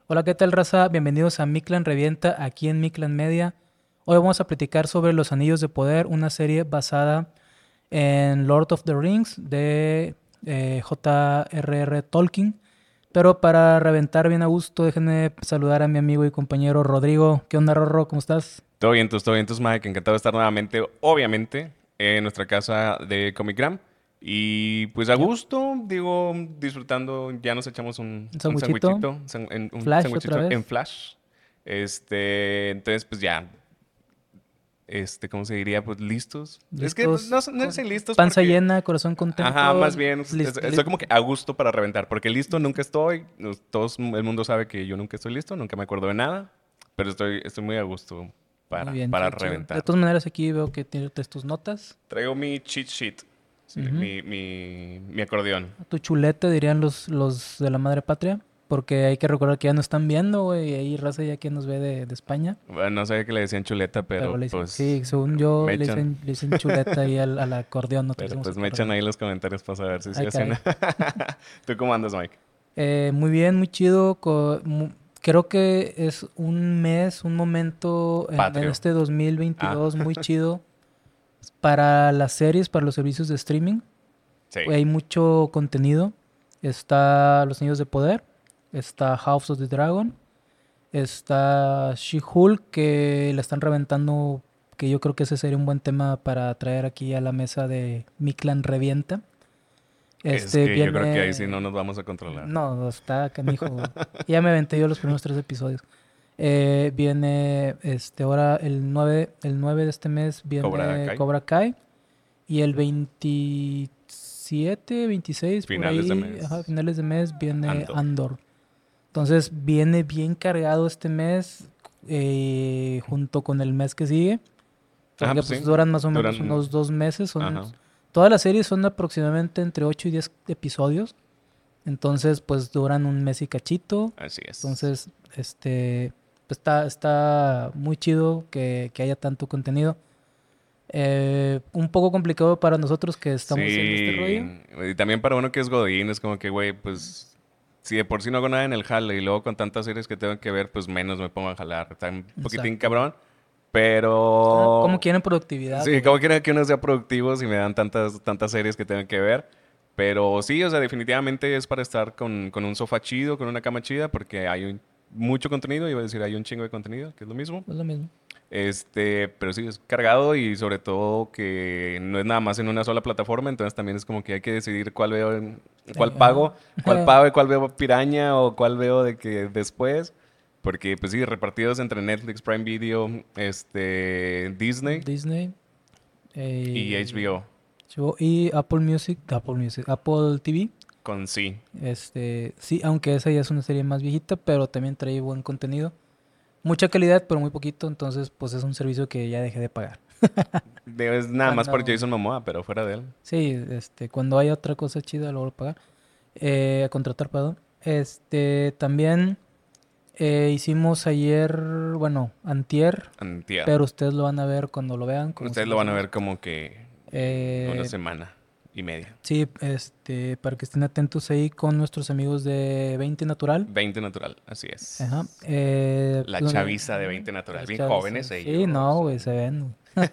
Hola, ¿qué tal, raza? Bienvenidos a Mictlan Revienta, aquí en Mictlan Media. Hoy vamos a platicar sobre Los Anillos de Poder, una serie basada en Lord of the Rings de J.R.R. Tolkien. Pero para reventar bien a gusto, déjenme saludar a mi amigo y compañero Rodrigo. ¿Qué onda, Rorro? ¿Cómo estás? Todo bien, Mike. Encantado de estar nuevamente, obviamente, en nuestra casa de Comic Gram. Y pues a Ya. gusto, digo, disfrutando, ya nos echamos Un un sandwichito. sandwichito, un Flash otra sandwichito en vez. Flash. Entonces, pues ya, ¿cómo se diría? Pues listos. Es que Listos. no sé listos Panza porque, llena, corazón ajá, contento. más bien, estoy como que a gusto para reventar, porque listo nunca estoy. Todos, el mundo sabe que yo nunca estoy listo, nunca me acuerdo de nada, pero estoy muy a gusto Muy bien, para chido, chido. De reventar. todas maneras, aquí veo que tienes tus notas. Traigo mi cheat sheet, sí, Ujú. mi acordeón. Tu chuleta, dirían los de la madre patria, porque hay que recordar que ya nos están viendo, güey, y hay raza ya que nos ve de España, Bueno, no sabía que le decían chuleta, pero pero le dicen, pues sí, según yo, me echan, le dicen chuleta ahí al acordeón, nosotros pero decimos pues me echan acordeón. ahí los comentarios para saber si sí Ay, o si no. caray. ¿Tú cómo andas, Mike? Muy bien, muy chido. Creo que es un mes, un momento en Patrio. este Ah, 2022 muy chido para las series, para los servicios de streaming. sí. Hay mucho contenido. Está Los Anillos de Poder, está House of the Dragon. Está She-Hulk, que la están reventando, que yo creo que ese sería un buen tema para traer aquí a la mesa de Mi Clan Revienta. Es Este que yo creo que ahí sí no viene... nos vamos a controlar. No, está canijo. Ya me aventé yo los primeros tres episodios. Viene, ahora el 9 de este mes Cobra viene Kai, Cobra Kai. Y el 27, 26, por finales de ahí, ajá, mes, finales de mes, viene Andor. Andor. Entonces viene bien cargado este mes junto con el mes que sigue, Ajá, porque pues pues sí. duran más o menos Duran. unos 2 meses. Ajá. Todas las series son aproximadamente entre 8 y 10 episodios, entonces pues duran un mes y cachito. Así es. Entonces, pues, está muy chido que haya tanto contenido. Un poco complicado para nosotros que estamos en este rollo. Sí, y también para uno que es Godín, es como que, güey, pues, si de por sí no hago nada en el jale y luego con tantas series que tengo que ver, pues menos me pongo a jalar. Está un poquitín Exacto, güey. cabrón, Como pero quieren productividad, sí, como güey. quiera que uno sea productivo si me dan tantas series que tengo que ver. Pero sí, o sea, definitivamente es para estar con un sofá chido, con una cama chida, porque hay mucho contenido, iba a decir, hay un chingo de contenido, que es lo mismo. Es lo mismo. Pero sí, es cargado y sobre todo que no es nada más en una sola plataforma, entonces también es como que hay que decidir cuál veo, Ajá. cuál pago y cuál veo piraña o cuál veo de que después, porque pues sí, repartidos entre Netflix, Prime Video, Disney Disney. y HBO Y Apple Music, Apple TV. con sí. Sí, aunque esa ya es una serie más viejita, pero también trae buen contenido. Mucha calidad, pero muy poquito, entonces pues es un servicio que ya dejé de pagar. Es nada más por Cuando, Jason Momoa, pero fuera de él. sí, cuando haya otra cosa chida, lo voy a pagar. A contratar, perdón. También hicimos ayer, bueno, antier, Antier. pero ustedes lo van a ver cuando lo vean, como Ustedes siempre lo van a hacemos. ver como que en una Eh, semana y media. sí, para que estén atentos ahí con nuestros amigos de 20 Natural. 20 natural, así Ajá. es. La Pues, chaviza de 20 natural. los Bien chavos, jóvenes sí, no, ellos. güey, se ven, güey.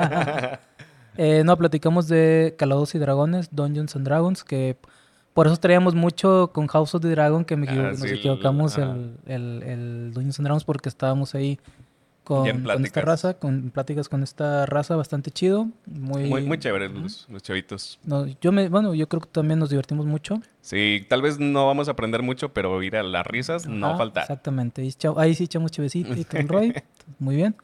No, platicamos de Calados y Dragones, Dungeons and Dragons, que por eso traíamos mucho con House of the Dragon, que Así, nos equivocamos ajá. el Dungeons and Dragons porque estábamos ahí Ya en con esta raza, pláticas. con pláticas con esta raza bastante chido, Muy muy... chéveres Ujú. los chavitos. No, bueno, yo creo que también nos divertimos mucho. Sí, tal vez no vamos a aprender mucho, pero ir a las risas no Ajá, faltar. exactamente. Ahí sí echamos chevecita y todo el rollo. Muy bien.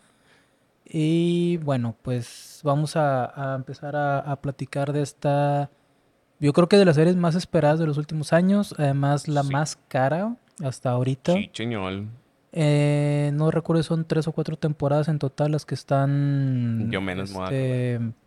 Y bueno, pues vamos a empezar a platicar de esta, yo creo que de las series más esperadas de los últimos años, además la Sí. más cara hasta ahorita. Sí, cheñol. No recuerdo, son 3 o 4 temporadas en total las que están, Yo menos me voy a acordar.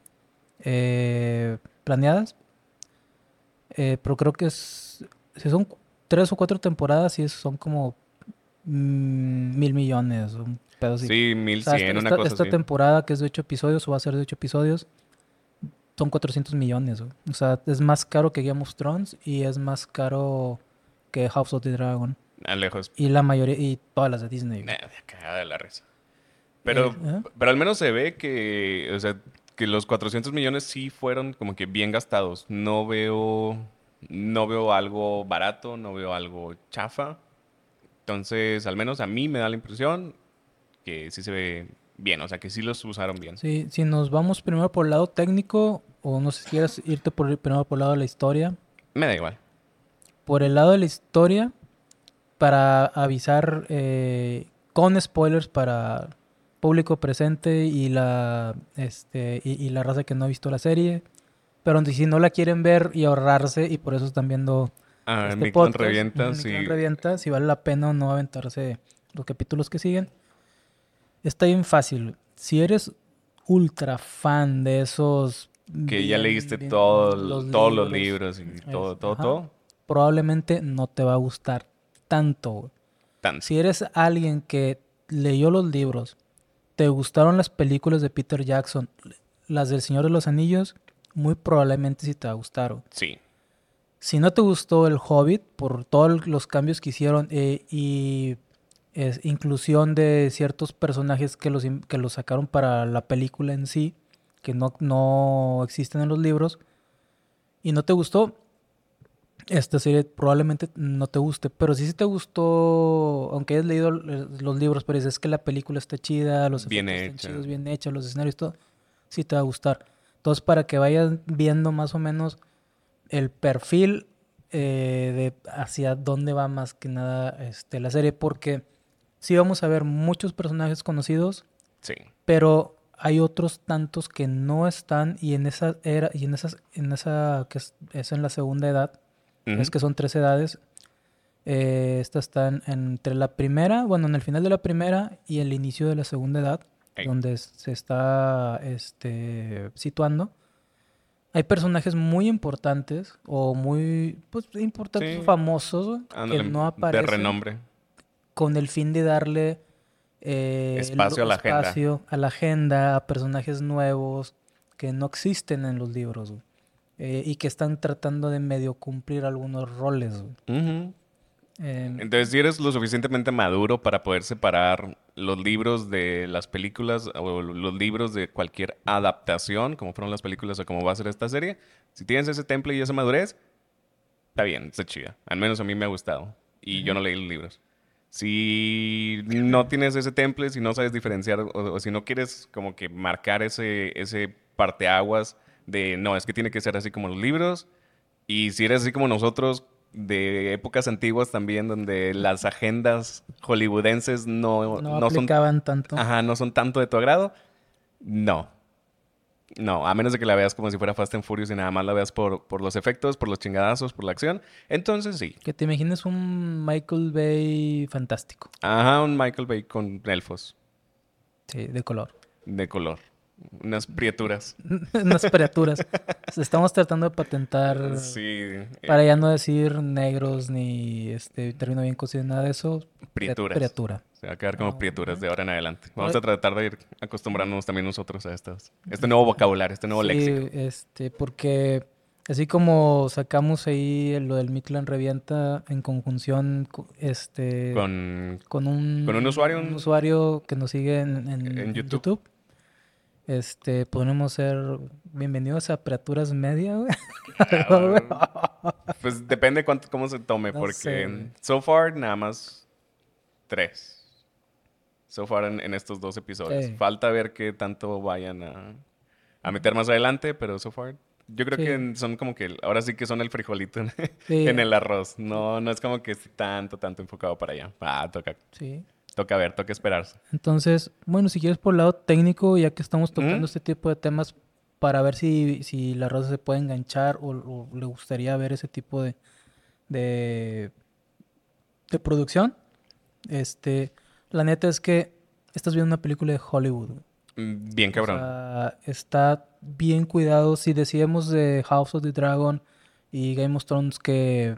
planeadas. Pero creo que si son 3 o 4 temporadas, sí son como 1.000 millones, un pedo así. Sí, O sea, 1100, una cosa esta así. temporada que es de 8 episodios o va a ser de 8 episodios, son 400 millones, güey. O sea, es más caro que Game of Thrones y es más caro que House of the Dragon. A lejos. Y la mayoría, y todas las de Disney, güey. Cagada de la risa. Eh, Pero, ¿eh? pero al menos se ve que, o sea, que los 400 millones sí fueron como que bien gastados. No veo algo barato, no veo algo chafa. Entonces, al menos a mí me da la impresión que sí se ve bien, o sea, que sí los usaron bien. Sí, si nos vamos primero por el lado técnico, o no sé si quieras irte primero por el lado de la historia. Me da igual. Por el lado de la historia, para avisar con spoilers para público presente y y la raza que no ha visto la serie. Pero si no la quieren ver y ahorrarse, y por eso están viendo Ah, este Mictlán podcast, revienta, Mi Clan sí. Revienta, si vale la pena o no aventarse los capítulos que siguen. Está bien fácil. Si eres ultra fan de esos Que ya leíste los todos los libros, libros y todo, todo, ajá, todo. probablemente no te va a gustar tanto, güey. Tanto. Si eres alguien que leyó los libros, te gustaron las películas de Peter Jackson, las del Señor de los Anillos, muy probablemente sí te va a gustar, güey. Sí. Si no te gustó El Hobbit por todos los cambios que hicieron inclusión de ciertos personajes que los sacaron para la película en sí, que no existen en los libros, y no te gustó, esta serie probablemente no te guste. Pero si sí te gustó, aunque hayas leído los libros, pero dices que la película está chida, los Bien efectos están hecha. chidos, bien hechos, los escenarios, todo, sí te va a gustar. Entonces, para que vayas viendo más o menos el perfil de hacia dónde va más que nada la serie, porque sí vamos a ver muchos personajes conocidos, Sí. pero hay otros tantos que no están, y en esa era, y en esa que es en la segunda edad, es Ujú. que son tres edades. Estas están entre la primera, bueno, en el final de la primera y el inicio de la segunda edad, Ey. donde se está situando. Hay personajes muy importantes o muy pues, importantes o Sí. famosos, güey, que Ándale, no de aparecen renombre. con el fin de darle Espacio a la agenda. espacio a la agenda, a personajes nuevos que no existen en los libros, güey, y que están tratando de medio cumplir algunos roles, güey. Ujú. Em, Entonces, si eres lo suficientemente maduro para poder separar los libros de las películas o los libros de cualquier adaptación, como fueron las películas o como va a ser esta serie, si tienes ese temple y esa madurez, está bien, está chida. Al menos a mí me ha gustado. Y yo Ujú. no leí los libros. Si no tienes ese temple, si no sabes diferenciar o si no quieres como que marcar ese parteaguas de no, es que tiene que ser así como los libros. Y si eres así como nosotros, de épocas antiguas también, donde las agendas hollywoodenses no no son, aplicaban tanto. ajá, no son tanto de tu agrado, no. No, a menos de que la veas como si fuera Fast and Furious y nada más la veas por los efectos, por los chingadazos, por la acción. Entonces sí. Que te imagines un Michael Bay fantástico, Ajá, un Michael Bay con elfos sí, de color. de color. Unas prieturas. Unas criaturas. Estamos tratando de patentar, Sí, para ya no decir negros ni término bien cocido, nada de eso, prieturas. criatura. Se va a quedar como Ah, prieturas de ahora en adelante. Vamos ahora- a tratar de ir acostumbrándonos también nosotros a este nuevo vocabulario, este nuevo léxico. Sí, porque así como sacamos ahí lo del Mictlan Revienta en conjunción Con, con con un usuario un usuario que nos sigue en en YouTube. YouTube, podremos ser bienvenidos a Criaturas Media, güey. Algo, güey. Pues depende cómo se tome, No sé, porque güey. so far nada más 3. So far en estos 2 episodios. Sí, Falta ver qué tanto vayan a meter más adelante, pero so far yo creo sí, que son como que ahora sí que son el frijolito sí, en el arroz. No, no es como que esté tanto enfocado para allá. sí. Toca ver, toca esperarse. Entonces, bueno, si quieres por el lado técnico, ya que estamos tocando Ujú. este tipo de temas, para ver si la raza se puede enganchar o le gustaría ver ese tipo de, de producción, la neta es que estás viendo una película de Hollywood, güey. Bien O cabrón. sea, está bien cuidado. Si decíamos de House of the Dragon y Game of Thrones que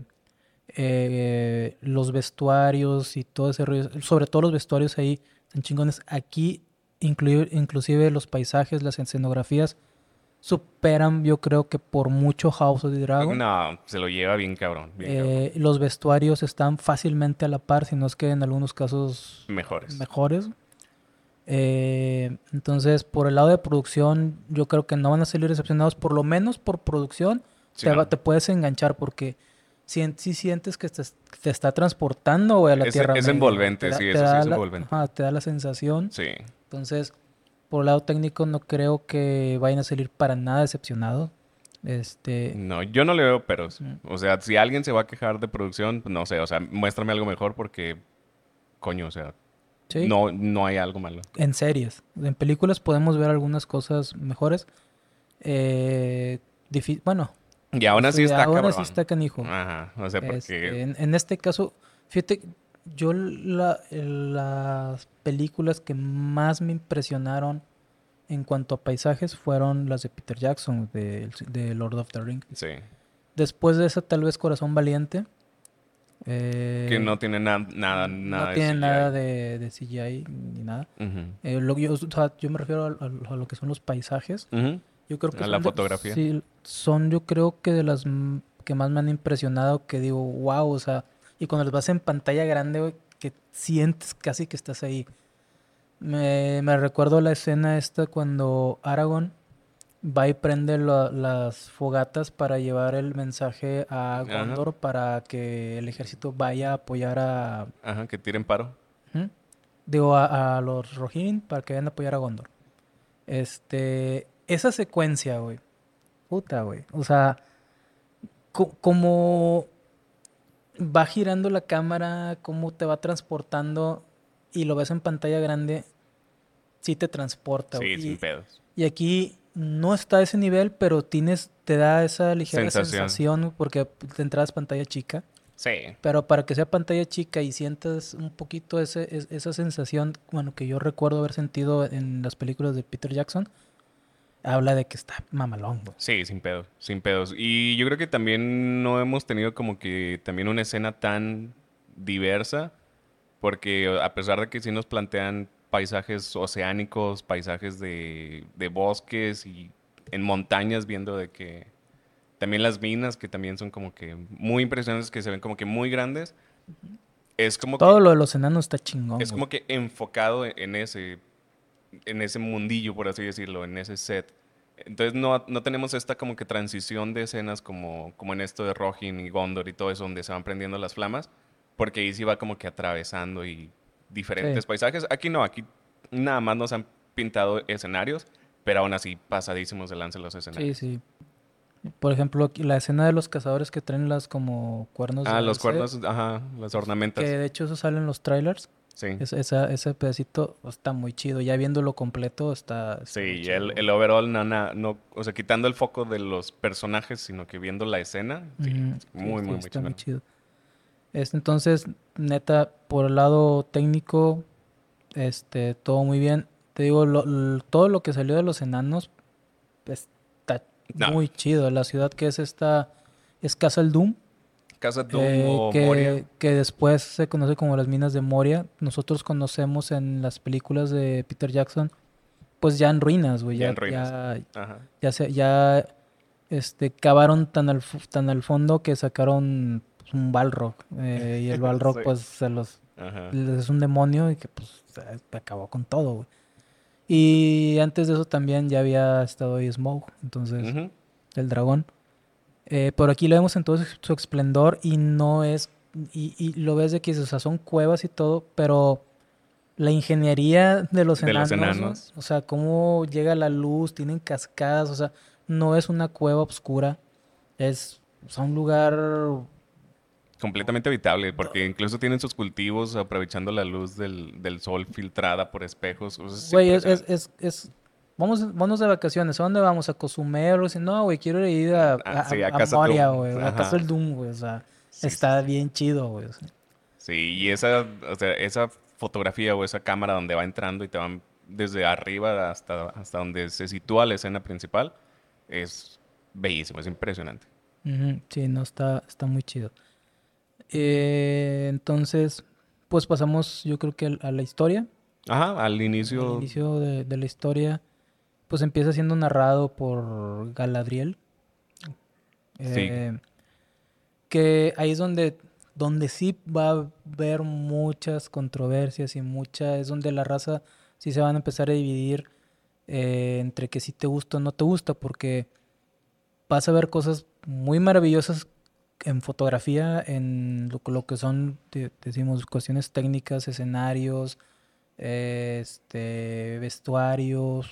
los vestuarios y todo ese rollo, sobre todo los vestuarios ahí, están chingones. Aquí, inclusive los paisajes, las escenografías, superan, yo creo que por mucho House of the Dragon. No, se lo lleva bien cabrón, bien cabrón. Los vestuarios están fácilmente a la par, si no es que en algunos casos Mejores. mejores. Entonces, por el lado de producción, yo creo que no van a salir decepcionados, por lo menos por producción, Sí, no. te puedes enganchar porque si sientes que te está transportando, güey, a la Tierra Es Media, güey. envolvente, sí, eso sí es envolvente. Ajá, te da la sensación. Sí. Entonces, por el lado técnico, no creo que vayan a salir para nada decepcionados. Este, No, yo no le veo peros. mm, O sea, si alguien se va a quejar de producción, pues, no sé, o sea, muéstrame algo mejor porque, coño, o sea, sí, no hay algo malo. en series. En películas podemos ver algunas cosas mejores. Bueno, Y aún así sí, está aún así cabrón. está canijo. Ajá, o sea, porque... En este caso, fíjate, yo las películas que más me impresionaron en cuanto a paisajes fueron las de Peter Jackson, de Lord of the Rings. Sí. Después de esa, tal vez Corazón Valiente. Que eh, no tiene no nada de tiene nada CGI. de CGI ni nada. Ujú. O sea, yo me refiero a lo que son los paisajes. Ujú. Yo creo que A la fotografía. sí, son yo creo que de las que más me han impresionado, que digo, wow, o sea, y cuando las vas en pantalla grande, güey, que sientes casi que estás ahí. Me recuerdo la escena esta cuando Aragorn va y prende las fogatas para llevar el mensaje a Ajá. Gondor para que el ejército vaya a apoyar Ajá, que tiren paro. ¿Mm? Digo, a los Rohirrim para que vayan a apoyar a Gondor. Esa secuencia, güey. Puta, güey. O sea, como va girando la cámara, cómo te va transportando y lo ves en pantalla grande, sí te transporta, güey. Sí, sin pedos. Y aquí no está a ese nivel, pero te da esa ligera Sensación. sensación porque de entrada es pantalla chica. Sí. Pero para que sea pantalla chica y sientas un poquito esa sensación, bueno, que yo recuerdo haber sentido en las películas de Peter Jackson, habla de que está mamalón, güey. Sí, sin pedos, sin pedos. Y yo creo que también no hemos tenido como que también una escena tan diversa, porque a pesar de que sí nos plantean paisajes oceánicos, paisajes de bosques y en montañas, viendo de que también las minas, que también son como que muy impresionantes, que se ven como que muy grandes, es como Todo que, lo de los enanos está chingón, es güey. como que enfocado en ese mundillo, por así decirlo, en ese set. Entonces no tenemos esta como que transición de escenas como en esto de Rohin y Gondor y todo eso, donde se van prendiendo las flamas, porque ahí sí va como que atravesando y Sí, diferentes paisajes. Aquí no, aquí nada más nos han pintado escenarios, pero aún así pasadísimos de lance los sí, escenarios. sí. Por ejemplo, la escena de los cazadores que traen las como cuernos de Ah, los alce, cuernos, ajá, las que ornamentas. de hecho eso sale en los trailers. Sí. Ese pedacito está muy chido. Ya viéndolo completo está muy Sí, chido, güey. el overall, no, o sea, quitando el foco de los personajes, sino que viendo la escena, sí, Ujú, es sí, muy, sí, muy, muy está muy chingón. chido. Entonces, neta, por el lado técnico, todo muy bien. Te digo, todo lo que salió de los enanos está No, muy chido. La ciudad que es esta es Castle Doom, Casa Doom o Moria, que después se conoce como las minas de Moria. Nosotros conocemos en las películas de Peter Jackson, pues ya en ruinas, güey. ya en ruinas. Ajá. Ya cavaron tan al fondo que sacaron pues, un Balrog. Y el Balrog, Sí. pues, Ajá. es un demonio y que, pues, se acabó con todo, güey. Y antes de eso también ya había estado ahí Smoke, entonces, Ujú. el dragón. Por aquí lo vemos en todo su esplendor y no es. Y lo ves de que, o sea, son cuevas y todo, pero la ingeniería de los De los enanos, güey, enanos. o sea, cómo llega la luz, tienen cascadas, o sea, no es una cueva oscura, es, o sea, un lugar, Completamente habitable, porque incluso tienen sus cultivos aprovechando la luz del sol filtrada por espejos. O sea, es güey, impresionante. vamos de vacaciones, ¿a dónde vamos? ¿A Cozumel? O sea, no, güey, quiero ir Sí, a a Casa Moria, Doom. güey, a Casa Ajá. del Doom, güey, o sea, Sí, sí, está sí. bien chido, güey, o sea. Sí, y esa, o sea, esa fotografía o esa cámara donde va entrando y te van desde arriba hasta donde se sitúa la escena principal, es bellísimo, es impresionante. Ujú, sí, no, está muy chido. Entonces, pues pasamos, yo creo que a la historia, Ajá, al al inicio, inicio de la historia. pues empieza siendo narrado por Galadriel. Sí. eh, que ahí es donde sí va a haber muchas controversias y es donde la raza sí se van a empezar a dividir entre que si te gusta o no te gusta, porque vas a ver cosas muy maravillosas en fotografía, en lo que son, decimos, cuestiones técnicas, escenarios, vestuarios,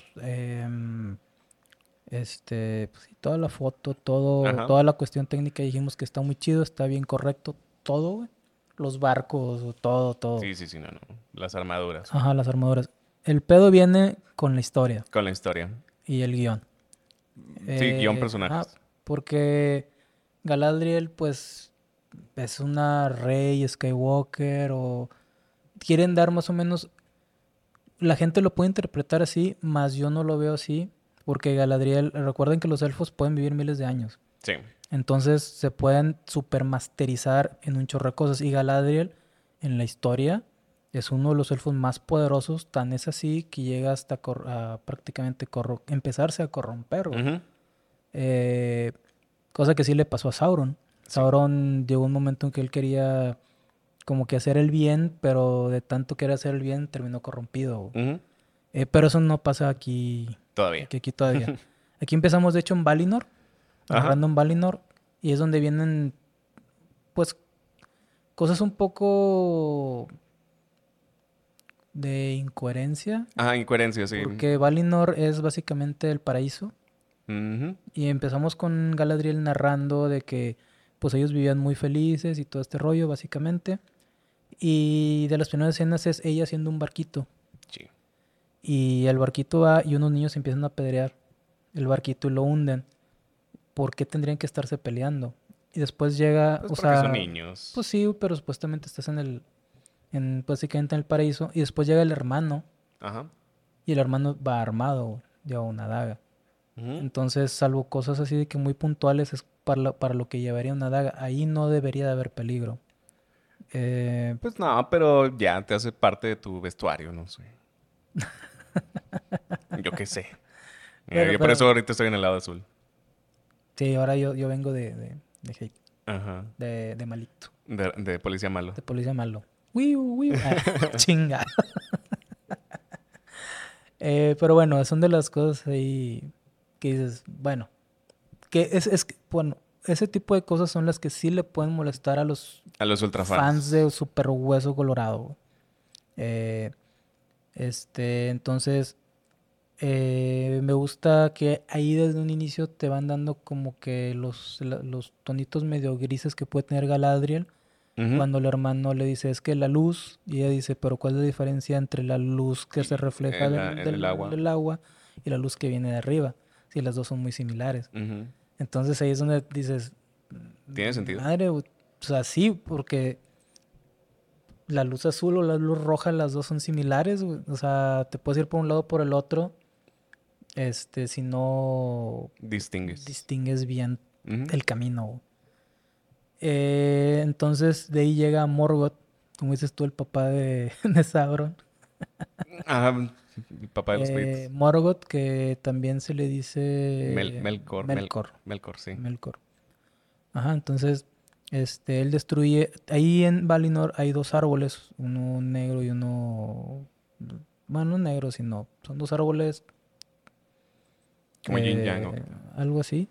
pues sí, toda la foto, Ajá. toda la cuestión técnica dijimos que está muy chido, está bien correcto, todo, güey. Los barcos, todo. Sí, sí, sí, no, no. Las armaduras. Ajá, las armaduras. El pedo viene con la historia Con la historia. y el guión. Sí, guión Ajá, personajes. porque Galadriel, pues, es una rey Skywalker o quieren dar más o menos, la gente lo puede interpretar así, mas yo no lo veo así, porque Galadriel, recuerden que los elfos pueden vivir miles de años. Sí. Entonces se pueden supermasterizar en un chorro de cosas. Y Galadriel, en la historia, es uno de los elfos más poderosos. Tan es así que llega hasta a prácticamente empezarse a corromper, güey. Ujú. Eh, Cosa que sí le pasó a Sauron. Sí. Sauron llegó un momento en que él quería como que hacer el bien, pero de tanto querer hacer el bien terminó corrompido, güey. Ujú. Pero eso no pasa aquí, Todavía. aquí todavía. Aquí empezamos, de hecho, en Valinor, Ajá. narrando en Valinor, y es donde vienen, pues, cosas un poco de incoherencia, Ajá, incoherencia, sí. porque Valinor es básicamente el paraíso, Ujú. y empezamos con Galadriel narrando de que, pues, ellos vivían muy felices y todo este rollo, básicamente, y de las primeras escenas es ella haciendo un barquito, Sí. y el barquito va y unos niños empiezan a apedrear el barquito y lo hunden. ¿Por qué tendrían que estarse peleando? Y después llega, Pues o porque son sea, niños. pues sí, pero supuestamente estás básicamente en el paraíso. Y después llega el hermano, Ajá. y el hermano va armado, lleva una daga. Ujú. Entonces, salvo cosas así de que muy puntuales, es para lo que llevaría una daga. Ahí no debería de haber peligro. Eh, Pues no, pero ya te hace parte de tu vestuario, no sé. Yo qué sé. Mira, pero, yo por eso pero, ahorita estoy en el lado azul. sí, ahora yo vengo de hate, Ajá. de malito, De policía malo. de policía malo. Wiu, wiu. Ah, chinga. Pero bueno, son de las cosas ahí que dices, bueno, bueno, ese tipo de cosas son las que sí le pueden molestar a los A los fans ultrafans. de Super Hueso Colorado, güey. Eh, entonces, me gusta que ahí desde un inicio te van dando como que los tonitos medio grises que puede tener Galadriel Ujú. cuando el hermano le dice, es que la luz, y ella dice, pero ¿cuál es la diferencia entre la luz que se Y refleja en el agua. del agua y la luz que viene de arriba? Si las dos son muy similares. Ujú. Entonces ahí es donde dices, ¿Tiene sentido? madre, o sea, sí, porque la luz azul o la luz roja, las dos son similares, güey. O sea, te puedes ir por un lado o por el otro, si no Distingues. distingues bien Ujú. el camino, güey. Entonces de ahí llega Morgoth, como dices tú, el papá de Sauron. Ajá. El papá de los hobbits. Morgoth, que también se le dice Melkor. Melkor. Melkor, sí. Melkor. Ajá, entonces, él destruye. Ahí en Valinor hay dos árboles, uno negro y uno. Bueno, no negro, sino. Son dos árboles, Como Yin Yang. algo así.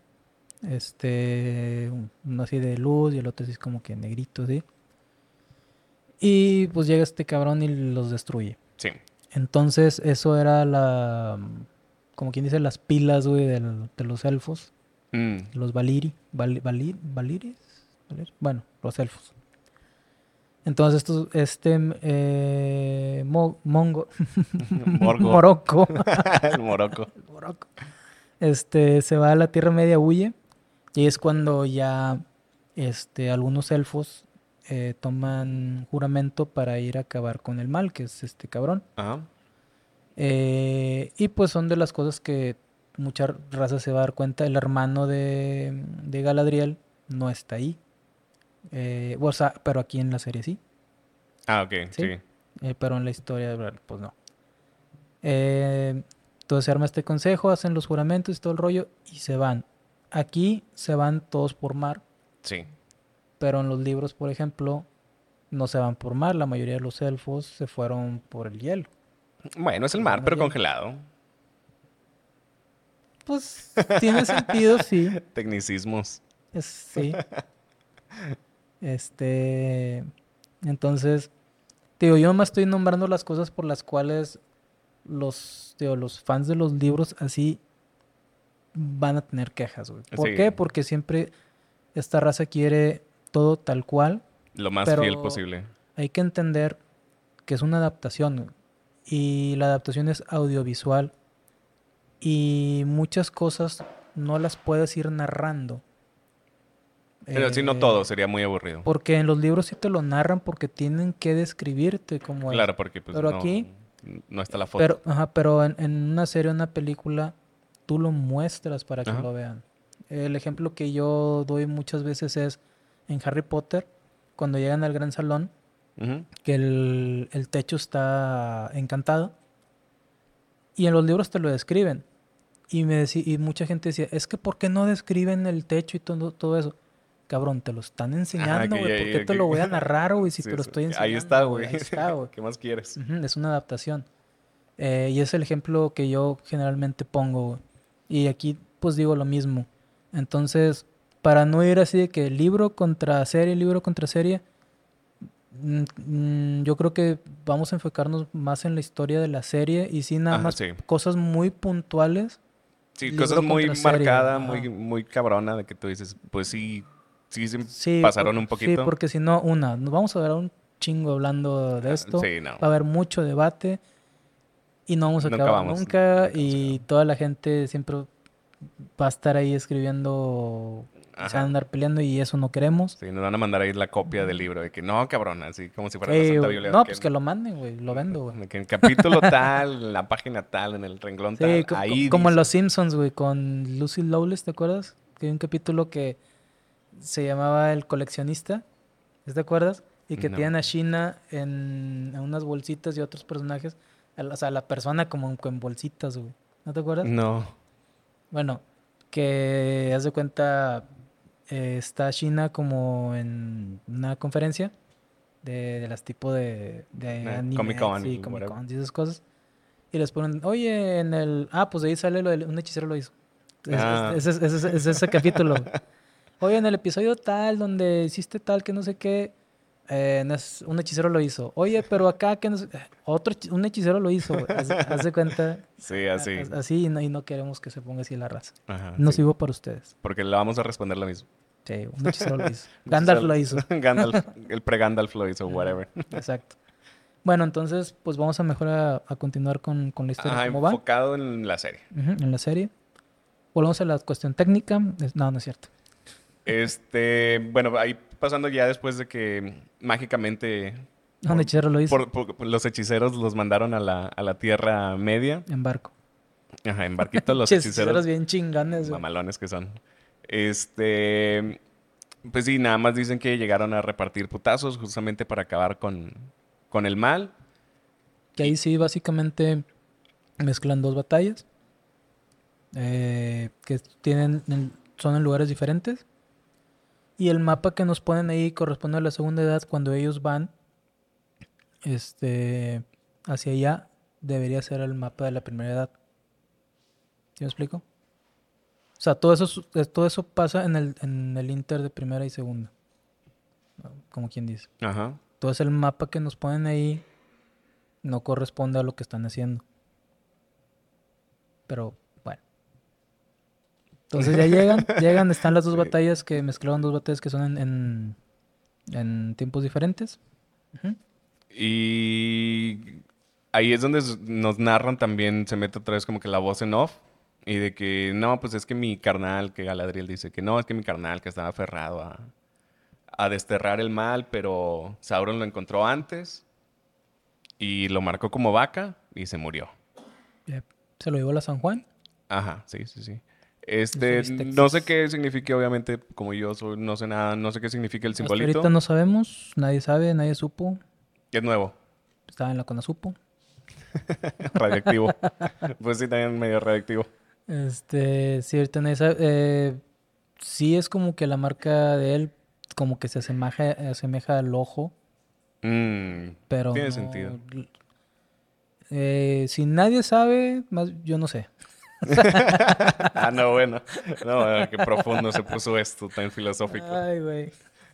Uno así de luz y el otro así es como que negrito, ¿sí? Y pues llega este cabrón y los destruye. Sí. Entonces, eso era como quien dice, las pilas, güey, de los elfos. Mm. Los Valiris. Bueno, los elfos. Entonces, Mongo, Morgoth. Morocco, El Morocco. Morocco, se va a la Tierra Media, huye, y es cuando ya, algunos elfos toman juramento para ir a acabar con el mal, que es este cabrón. Ajá. Y pues son de las cosas que mucha raza se va a dar cuenta. El hermano de Galadriel no está ahí. O sea, pero aquí en la serie sí, Ah, ok, ¿sí? sí. Pero en la historia, pues no. Eh, Entonces se arma este consejo, hacen los juramentos y todo el rollo y se van. Aquí se van todos por mar, Sí. pero en los libros, por ejemplo, no se van por mar. La mayoría de los elfos se fueron por el hielo. Bueno, es el Se mar, fueron al pero hielo. congelado. Pues tiene sentido, sí. Tecnicismos. Sí. Este. Entonces, digo, yo me estoy nombrando las cosas por las cuales los fans de los libros así van a tener quejas, güey. ¿Por Sí, qué? Porque siempre esta raza quiere todo tal cual, lo más fiel pero posible. hay que entender que es una adaptación, güey. Y la adaptación es audiovisual y muchas cosas no las puedes ir narrando. Pero sí, no todo, Eh, sería muy aburrido. porque en los libros sí te lo narran porque tienen que describirte cómo es. Claro, porque pues Pero no, aquí, no está la foto. pero en una serie, una película, tú lo muestras para que Ajá. lo vean. El ejemplo que yo doy muchas veces es en Harry Potter, cuando llegan al gran salón, Ujú. que el techo está encantado y en los libros te lo describen. Y mucha gente decía, es que ¿por qué no describen el techo y todo eso? Cabrón, te lo están Ajá, enseñando, güey. ¿Por qué te lo voy a narrar, güey? Si Sí, te lo estoy ahí está, enseñando, güey. güey. Ahí está, güey. ¿Qué más quieres? Ujú, es una adaptación. Y es el ejemplo que yo generalmente pongo, güey. Y aquí, pues digo lo mismo. Entonces, para no ir así de que libro contra serie, yo creo que vamos a enfocarnos más en la historia de la serie y sí, nada Ajá, más sí. cosas muy puntuales, Sí, cosas libro muy contra serie. marcadas, Ajá. muy cabrona de que tú dices, pues sí, sí se Sí, pasaron un sí, poquito. porque si no, nos vamos a ver un chingo hablando de Ah, esto, sí, no. va a haber mucho debate y no vamos a Nunca acabar vamos, nunca nunca vamos a y acabar. toda la gente siempre va a estar ahí escribiendo y se van a Ajá. andar peleando y eso no queremos. Sí, nos van a mandar ahí la copia del Ujú. libro de que no, cabrón, así como si fuera la Santa Biblia. No, pues que lo manden, güey, lo vendo, güey. De que en capítulo tal, en la página tal, en el renglón Sí, tal, ahí como en dice. Los Simpsons, güey, con Lucy Lawless, ¿te acuerdas? Que hay un capítulo que se llamaba El coleccionista, ¿te acuerdas? Y que No, tienen a Sheena en unas bolsitas y otros personajes, o sea, la persona como en bolsitas, güey. ¿No te acuerdas? no. Bueno, que haz de cuenta, está Sheena como en una conferencia de las tipo de Comic anime, Con sí, y Comic whatever. Con y esas cosas. Y les ponen, oye, pues de ahí sale un hechicero lo hizo. Ah, Es ese capítulo. Oye, en el episodio tal, donde hiciste tal, que no sé qué, un hechicero lo hizo. Oye, pero acá, que no sé, un hechicero lo hizo, güey. Haz de cuenta, sí, así. así, y no queremos que se ponga así la raza. Ajá, No sí. sirvo para ustedes. Porque le vamos a responder lo mismo. Sí, un hechicero lo hizo. Gandalf Entonces, lo hizo. Gandalf, el pre-Gandalf lo hizo, Ujú, whatever. exacto. Bueno, entonces, pues vamos a mejor a continuar con la historia, Ajá, ¿cómo va? enfocado en la serie. Ujú, en la serie. Volvemos a la cuestión técnica. No, no es cierto. Bueno, ahí pasando ya después de que mágicamente Un hechicero lo hizo por los hechiceros los mandaron a la Tierra Media. en barco. Ajá, en barquitos los Ches, hechiceros hechiceros bien chingones, güey. mamalones que son. Este, pues sí, nada más dicen que llegaron a repartir putazos justamente para acabar con el mal. Que Y, ahí sí, básicamente mezclan dos batallas que son en lugares diferentes. Y el mapa que nos ponen ahí corresponde a la segunda edad. Cuando ellos van este, hacia allá, debería ser el mapa de la primera edad. ¿Sí me explico? O sea, todo eso pasa en el inter de primera y segunda, ¿no? Como quien dice. ajá. Entonces el mapa que nos ponen ahí no corresponde a lo que están haciendo. Pero bueno. Entonces ya llegan, están las dos Sí. batallas que mezclaron dos batallas que son en tiempos diferentes. Ujú. Y ahí es donde nos narran también, se mete otra vez como que la voz en off. Y de que no, pues es que mi carnal, que Galadriel dice que no, es que mi carnal que estaba aferrado a desterrar el mal, pero Sauron lo encontró antes y lo marcó como vaca y se murió. Ya, se lo llevó a la San Juan. Ajá, sí, sí, sí. Hizo No sé Bistexes. qué signifique, obviamente, como yo soy, no sé nada, no sé qué significa el Hasta ahorita simbolito. no sabemos, nadie sabe, nadie supo. Es nuevo. Estaba en la Conasupo. Radioactivo. Pues sí, también medio radioactivo. Sí, ahorita en esa, sí es como que la marca de él como que se asemeja al ojo, Mm, pero tiene sentido. no. Si nadie sabe, más yo no sé. Ah, no, bueno. No, qué profundo se puso esto, tan filosófico. Ay, güey.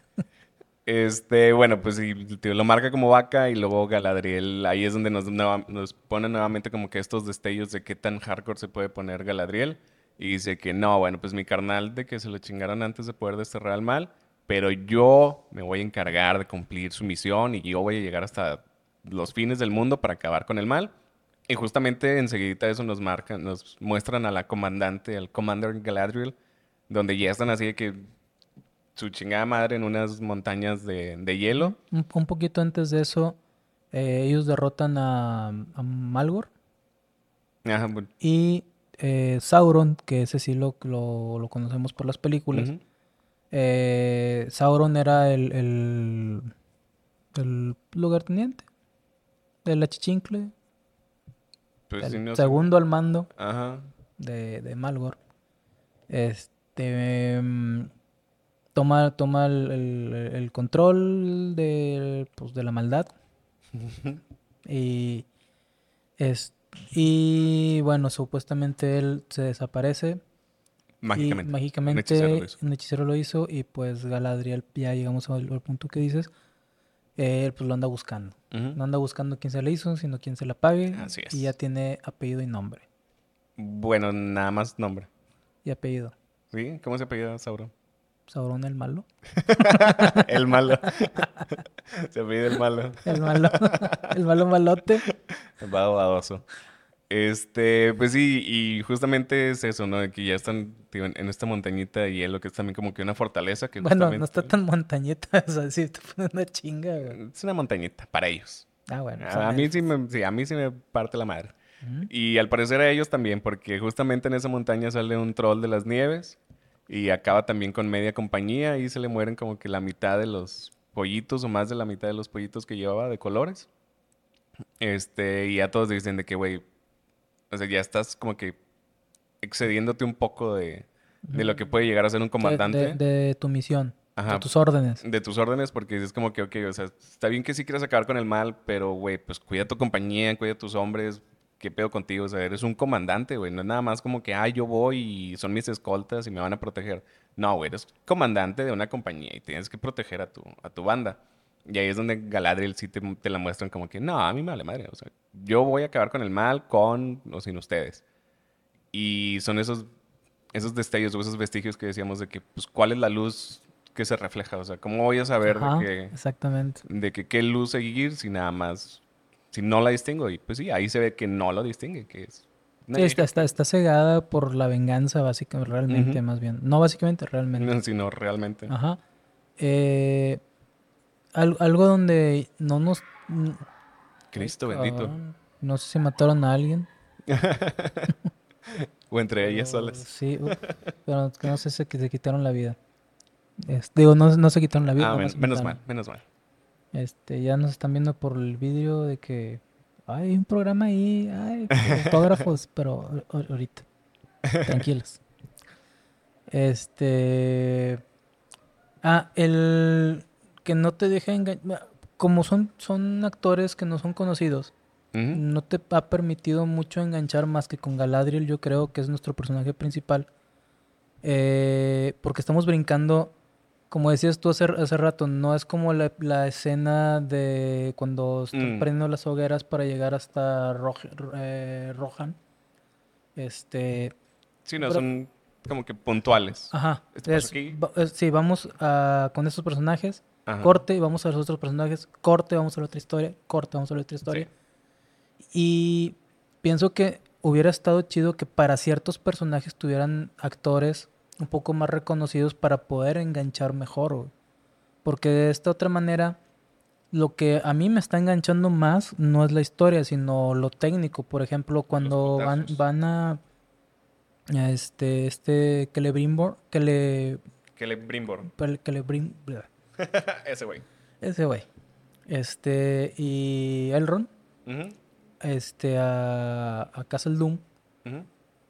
Bueno, pues sí, tío, lo marca como vaca y luego Galadriel, ahí es donde nos pone nuevamente como que estos destellos de qué tan hardcore se puede poner Galadriel. Y dice que no, bueno, pues mi carnal de que se lo chingaron antes de poder desterrar al mal, pero yo me voy a encargar de cumplir su misión y yo voy a llegar hasta los fines del mundo para acabar con el mal. Y justamente enseguida eso nos muestran a la comandante, al Commander Galadriel, donde ya están así de que su chingada madre en unas montañas de Ujú. hielo. Un poquito antes de eso, ellos derrotan a Malgor Ajá, bueno, y Sauron, que ese sí lo conocemos por las películas. ujú. Sauron era el lugarteniente, el achichincle, Pues sí, el no sé. segundo al mando Ajá. de Malgor. Este toma el control pues, de la maldad y es y bueno, supuestamente él se desaparece y Mágicamente. Un hechicero lo mágicamente hizo. un hechicero lo hizo y pues Galadriel, ya llegamos al punto que dices, él pues lo anda buscando. Ujú. No anda buscando quién se le hizo, sino quién se la pague Así y ya es. tiene apellido y nombre. Bueno, nada más nombre. Y apellido. ¿Sí? ¿Cómo se apellida Sauron? Sauron el malo. El malo. Se apellida el malo. El malo. El malo malote. Badoso. Pues sí, y justamente es eso, ¿no? De que ya están, tío, en esta montañita de hielo, que es también como que una fortaleza que Bueno, no está justamente... tan montañeta, o sea, sí está poniendo una chinga, güey. Es una montañita para ellos. Ah, bueno, A son mí elfos. sí, a mí sí me parte la madre. Ujú. Y al parecer a ellos también, porque justamente en esa montaña sale un troll de las nieves y acaba también con media compañía y se le mueren como que la mitad de los pollitos o más de la mitad de los pollitos que llevaba de colores. Y ya todos dicen de que, güey, o sea, ya estás como que excediéndote un poco de lo que Mm. puede llegar a ser un comandante. De tu misión, de Ajá, tus órdenes. de tus órdenes, porque es como que, ok, o sea, está bien que sí quieras acabar con el mal, pero, güey, pues cuida tu compañía, cuida tus hombres, ¿qué pedo contigo? O sea, eres un comandante, güey, no es nada más como que, yo voy y son mis escoltas y me van a proteger. No, güey, eres comandante de una compañía y tienes que proteger a tu banda. Y ahí es donde Galadriel sí te la muestran como que, no, a mí me vale madre, o sea, yo voy a acabar con el mal, con o sin ustedes. Y son esos destellos o esos vestigios que decíamos de que, pues, ¿cuál es la luz que se refleja? O sea, ¿cómo voy a saber Ajá, exactamente. de que qué luz seguir si nada más, si no la distingo? Y pues sí, ahí se ve que no lo distingue, que es una Sí, vieja. está cegada por la venganza, básicamente, realmente, Ujú. más bien. No básicamente, realmente. No, sino realmente. Ajá. Eh, algo donde no nos... Ay, Cristo bendito. cabrón. No sé si mataron a alguien, O entre ellas pero solas. sí, pero es que no sé si que se quitaron la vida. Digo, no, no se quitaron la vida, Ah, nada más se menos mataron. mal, menos mal. Ya nos están viendo por el vídeo de que hay un programa ahí, hay autógrafos, pero ahorita, tranquilos. Este, el que no te deja engañar, como son actores que no son conocidos, Ujú. no te ha permitido mucho enganchar más que con Galadriel, yo creo que es nuestro personaje principal, porque estamos brincando. Como decías tú hace rato, no es como la escena de cuando están Mm. prendiendo las hogueras para llegar hasta Rohan. Este, Sí, no, pero, son como que puntuales. ajá, Esto pasó aquí. sí, vamos con estos personajes, Ajá. corte, y vamos a los otros personajes, corte, vamos a la otra historia, corte, vamos a la otra Sí. historia. Y pienso que hubiera estado chido que para ciertos personajes tuvieran actores un poco más reconocidos para poder enganchar mejor, güey. Porque de esta otra manera lo que a mí me está enganchando más no es la historia, sino lo técnico. Por ejemplo, Los cuando putazos. van a Celebrimbor, Celebrimbor. bla, Ese güey. ese güey. Y Elrond, Ujú. a Castle Doom, Ujú.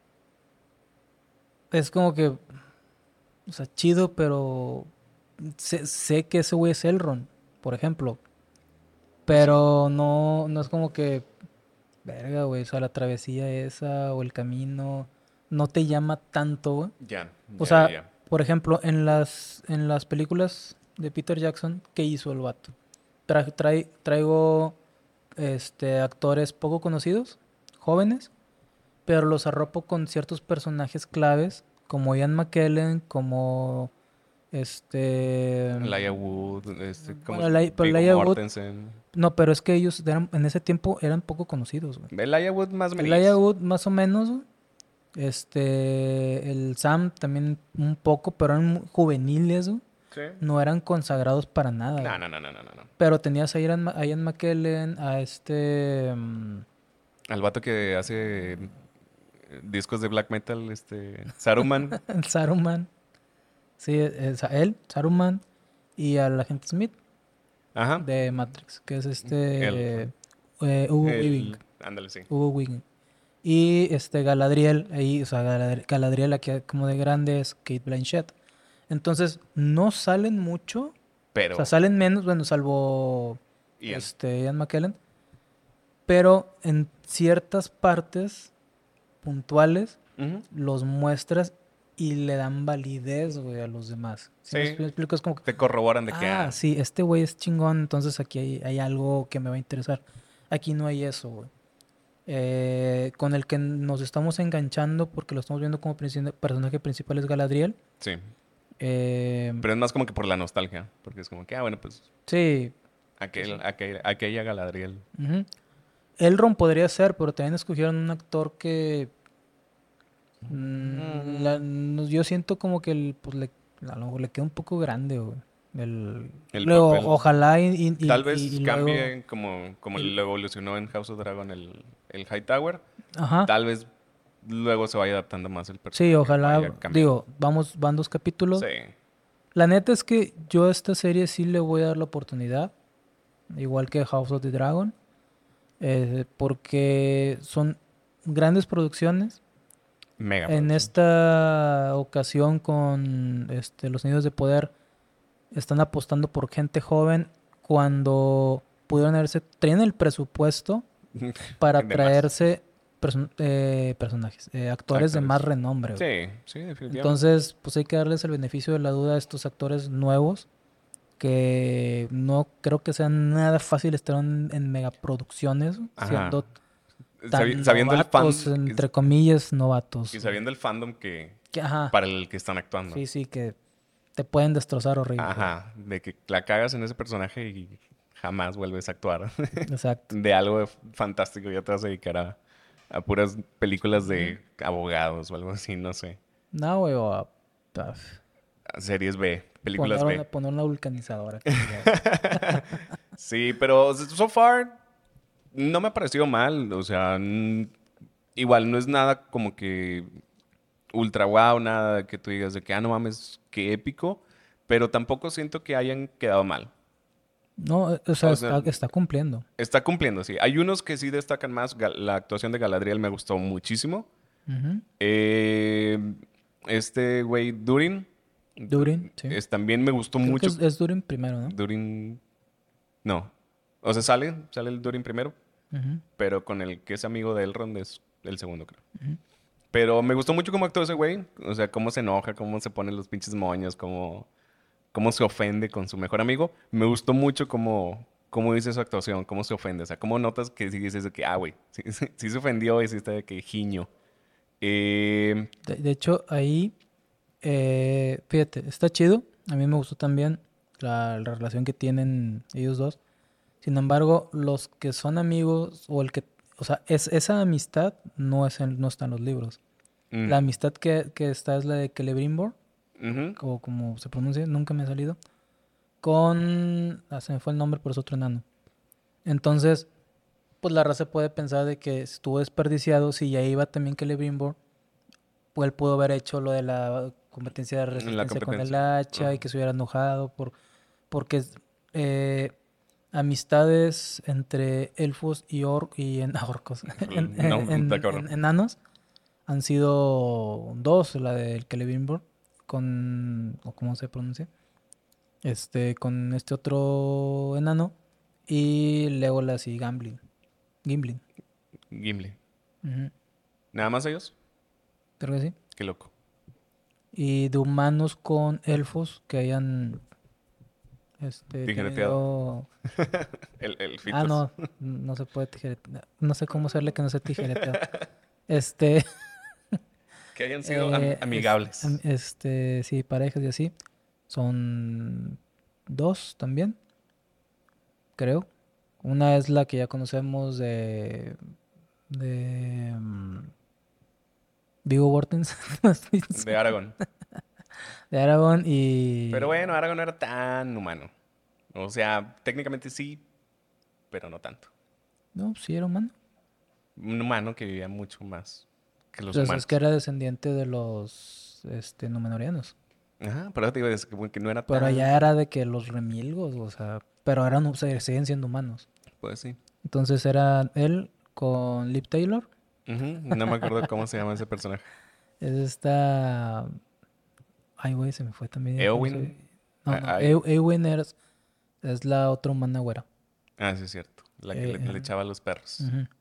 es como que, o sea, chido, pero sé que ese güey es Elrond, por ejemplo. Pues sí. Pero no es como que, verga, güey, o sea, la travesía esa o el camino no te llama tanto, güey. Ya, O ya, ya, sea, ya. por ejemplo, en las películas de Peter Jackson, ¿qué hizo el vato? Traigo actores poco conocidos, jóvenes, pero los arropo con ciertos personajes claves, como Ian McKellen, como este... Elijah Wood, como Bueno, pero Viggo Elijah Wood, Mortensen. no, pero es que ellos en ese tiempo eran poco conocidos, güey. Elijah Wood más o Elijah menos. Wood más o menos, güey. El Sam también un poco, pero eran juveniles, güey. Sí. No eran consagrados para nada, No, güey. no, no, no, no, no. Pero tenías a Ian McKellen, Al vato que hace discos de black metal, Saruman. el Saruman. Sí, es a él, Saruman. Y al agente Smith Ajá. de Matrix, que es El, Hugo Weaving. ándale, sí. Hugo Weaving. Y Galadriel, ahí, o sea, Galadriel aquí como de grande es Kate Blanchett. Entonces, no salen mucho. O sea, Pero, salen menos, bueno, salvo Ian. Ian McKellen. Pero en ciertas partes puntuales Ujú. los muestras y le dan validez, güey, a los demás. ¿Sí me Sí, explico? Es como, te corroboran de que, sí, este güey es chingón, entonces aquí hay algo que me va a interesar. Aquí no hay eso, güey. Con el que nos estamos enganchando porque lo estamos viendo como personaje principal es Galadriel. sí. Eh, Pero es más como que por la nostalgia. Porque es como que, bueno, pues sí, aquella Galadriel. ujú. Elrond podría ser, pero también escogieron un actor que Mm. yo siento como que pues, a lo mejor le queda un poco grande, güey. El Luego, papel. ojalá Tal vez y luego, cambie como y- lo evolucionó en House of Dragon el Hightower. ajá, Tal vez luego se vaya adaptando más el sí, personaje, vaya ojalá, cambiando. digo, van 2 capítulos. Sí. La neta es que yo a esta serie sí le voy a dar la oportunidad, igual que House of the Dragon, porque son grandes producciones. Mega En producción. esta ocasión con los Anillos de Poder están apostando por gente joven cuando pudieron traían el presupuesto para De más. traerse personajes, actores de más Actores. renombre, güey. Sí, sí, definitivamente. Entonces, pues hay que darles el beneficio de la duda a estos actores nuevos que no creo que sea nada fácil estar en megaproducciones Ajá. siendo tan Sabiendo el novatos, fan entre comillas, y novatos. sabiendo el fandom Ajá, para el que están actuando. sí, sí, que te pueden destrozar horrible. Ajá. De que la cagas en ese personaje y jamás vuelves a actuar. Exacto. De algo fantástico, ya te vas a dedicar a puras películas Ujú. de abogados o algo así, no sé. No, güey, o a A series B, películas B. poner una vulcanizadora. Que diga, Sí, pero so far no me ha parecido mal. O sea, igual no es nada como que ultra wow, nada que tú digas de que, no mames, qué épico. Pero tampoco siento que hayan quedado mal. no, o sea, O sea, está cumpliendo. está cumpliendo, sí. Hay unos que sí destacan más. La actuación de Galadriel me gustó muchísimo. Ujú. Eh, este güey, Durin, Durin, sí. también me gustó Creo que mucho. es Durin primero, ¿no? Durin, no. O sea, sale el Durin primero, Ujú, pero con el que es amigo de Elrond es el segundo, creo. ujú. Pero me gustó mucho cómo actuó ese güey. O sea, cómo se enoja, cómo se pone los pinches moños, cómo se ofende con su mejor amigo. Me gustó mucho cómo dice su actuación, cómo se ofende. O sea, cómo notas que sí dices de que, güey, sí, sí se ofendió y sí está de que giño. Eh, De hecho, ahí, fíjate, está chido. A mí me gustó también la relación que tienen ellos dos. Sin embargo, los que son amigos o sea, esa amistad no está en los libros. mm, La amistad que está es la de Celebrimbor, ujú. o como se pronuncia, nunca me ha salido, se me fue el nombre, pero es otro enano. Entonces, pues la raza puede pensar de que estuvo desperdiciado si ya iba también Celebrimbor, pues él pudo haber hecho lo de la competencia de En la resistencia con el competencia. hacha y Ajá. que se hubiera enojado porque eh, amistades entre elfos y, orcos, No, está cabrón. enanos, han sido dos, la del Celebrimbor o cómo se pronuncia, con este otro enano, y Legolas y Gimli. Gimli. Ujú, ¿Nada más ellos? creo que sí. Qué loco. Y de humanos con elfos que hayan Tijereteado. tenido... El Ah, fitos. no, no se puede tijeretear. No sé cómo hacerle que no sea tijereteado. Este, Que hayan sido amigables. sí, parejas y así. Son dos también, creo. Una es la que ya conocemos de Viggo Mortensen, De Aragón. de Aragorn Pero y... bueno, Aragón no era tan humano. O sea, técnicamente sí, pero no tanto. No, sí era humano. Un humano que vivía mucho más que los Pues es que humanos. era descendiente de los Númenóreanos. Ajá, pero te digo que no era Pero allá tan... era de que los remilgos, o sea, pero eran, siguen siendo humanos. Pues sí. Entonces era él con Liv Taylor. Ujú, no me acuerdo cómo se llama ese personaje. Es esta... Ay, güey, se me fue también. ¿Cómo Eowyn. se...? No, no, Ay. Eowyn es la otra humana güera. Ah, sí, es cierto. La que Eh, le eh, echaba a los perros. ujú.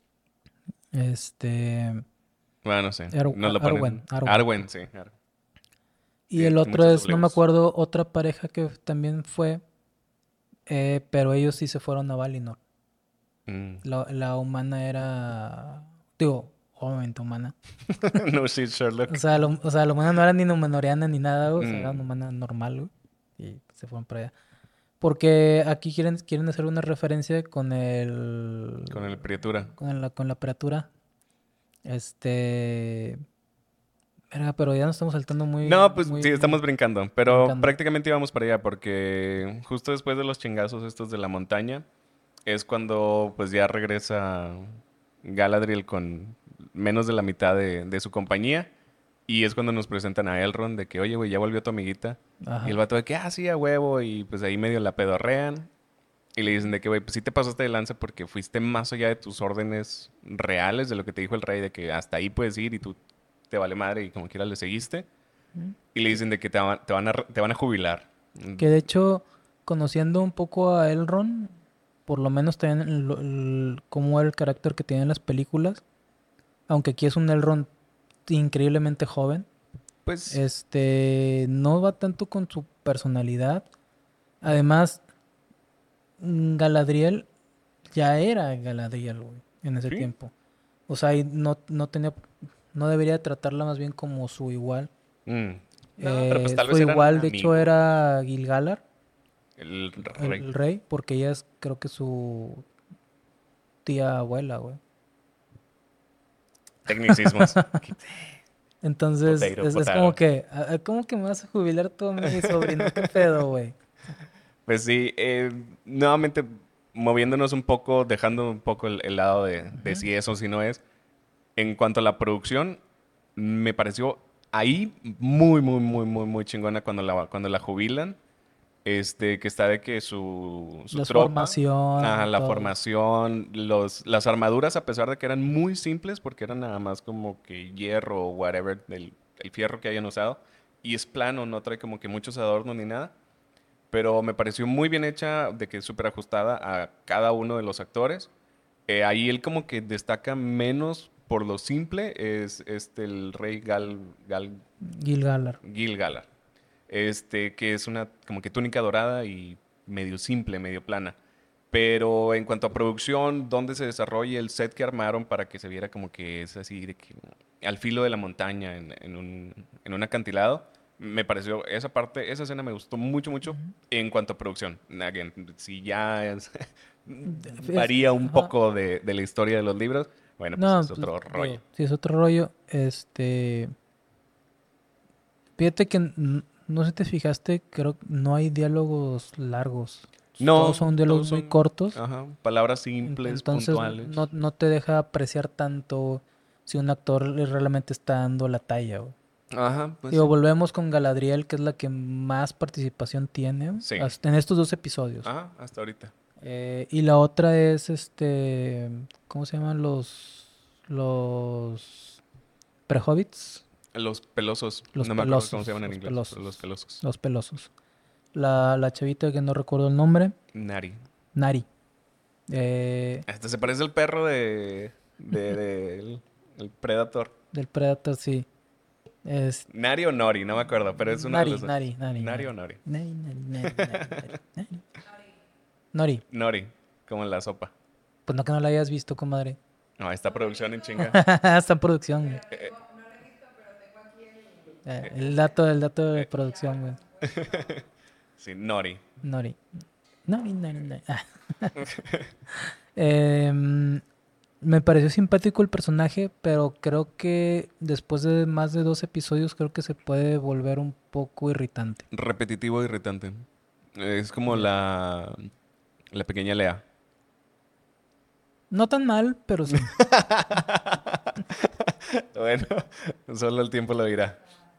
Este... Bueno, no sé. Nos lo Arwen, ponen. Arwen. Arwen, sí. Y el otro Muchos es, no me W. acuerdo, otra pareja que también fue, pero ellos sí se fueron a Valinor. Mm. La humana era, digo, obviamente humana. No shit, O Sherlock. sea, la humana no era ni numenoriana ni nada, güey. O sea, era una Mm, humana normal, güey. Y se fueron para allá. Porque aquí quieren hacer una referencia con el Prietura. con la apertura. Este... Verga, pero ya nos estamos saltando No, pues sí, muy estamos brincando. Pero brincando. prácticamente íbamos para allá porque justo después de los chingazos estos de la montaña es cuando pues ya regresa Galadriel con menos de la mitad de su compañía. Y es cuando nos presentan a Elrond de que, oye, güey, ya volvió tu amiguita. Y el Ajá. vato de que, ah, sí, a huevo. Y pues ahí medio la pedorrean. Y le dicen de que, güey, pues sí te pasaste de lanza porque fuiste más allá de tus órdenes reales, de lo que te dijo el rey, de que hasta ahí puedes ir y tú te vale madre y como quiera le seguiste. Mm. Y le dicen de que te van a jubilar. Que de hecho, conociendo un poco a Elrond, por lo menos también cómo era el carácter que tiene en las películas, aunque aquí es un Elrond increíblemente joven, Pues no va tanto con su personalidad. Además, Galadriel ya era Galadriel, güey, en ese sí. tiempo. O sea, y no debería tratarla más bien como su igual. Mm. No, pero pues tal Su vez eran igual, de hecho, amigos. era Gil-galad, El el, rey. el rey, porque ella es, creo que su tía abuela, güey. Tecnicismos. Entonces, Potato, es como potato. que, ¿cómo que me vas a jubilar tú a mi sobrino? ¿Qué pedo, güey? Pues sí, nuevamente moviéndonos un poco, dejando un poco el lado de Ujú. si eso o si no es. En cuanto a la producción, me pareció ahí muy chingona cuando la jubilan. Que está de que su La tropa, formación, la todo. formación, las armaduras, a pesar de que eran muy simples, porque eran nada más como que hierro o whatever, el fierro que hayan usado, y es plano, no trae como que muchos adornos ni nada, pero me pareció muy bien hecha, de que es súper ajustada a cada uno de los actores. Ahí él como que destaca menos por lo simple, es el rey Gil-galad. Gil-galad, que es una como que túnica dorada y medio simple, medio plana. Pero en cuanto a producción, dónde se desarrolla el set que armaron para que se viera como que es así, de que al filo de la montaña, en un acantilado, me pareció esa parte, esa escena me gustó mucho Ujú. en cuanto a producción. Again, si ya varía un Ajá. poco de la historia de los libros, bueno, pues No, es pues otro rollo. digo, si es otro rollo, fíjate que no sé si te fijaste, creo que no hay diálogos largos. Todos No, son diálogos todos muy son, cortos. ajá, palabras simples, Entonces puntuales. no te deja apreciar tanto si un actor realmente está dando la talla, güey. Ajá, pues Digo, sí. volvemos con Galadriel, que es la que más participación tiene Sí. en estos dos episodios. Ajá, hasta ahorita. Y la otra es ¿cómo se llaman los pre-hobbits? Los pelosos. Los No me acuerdo cómo se pelosos, llaman en los inglés, pero los pelosos, pelosos. los pelosos. La chavita que no recuerdo el nombre, Nari. Nari. eh, Este se parece al perro el Predator. del Predator, sí. Es Nari o Nori, no me acuerdo, pero es uno de Nari, los dos. Nari, Nari, Nari Nari. o Nori. Nari, Nari, Nari, Nari, Nari, Nari. Nori. Nori, como en la sopa. Pues no que no la hayas visto, comadre. No, esta producción en chinga. Está en producción, güey. El dato de producción, güey. Sí, Nori. Nori. Nori, Nori, Nori. Em, Me pareció simpático el personaje, pero creo que después de más de 2 episodios creo que se puede volver un poco irritante. Repetitivo e irritante. Es como Ya. la pequeña Lea. No tan mal, pero sí. Bueno, solo el tiempo lo dirá.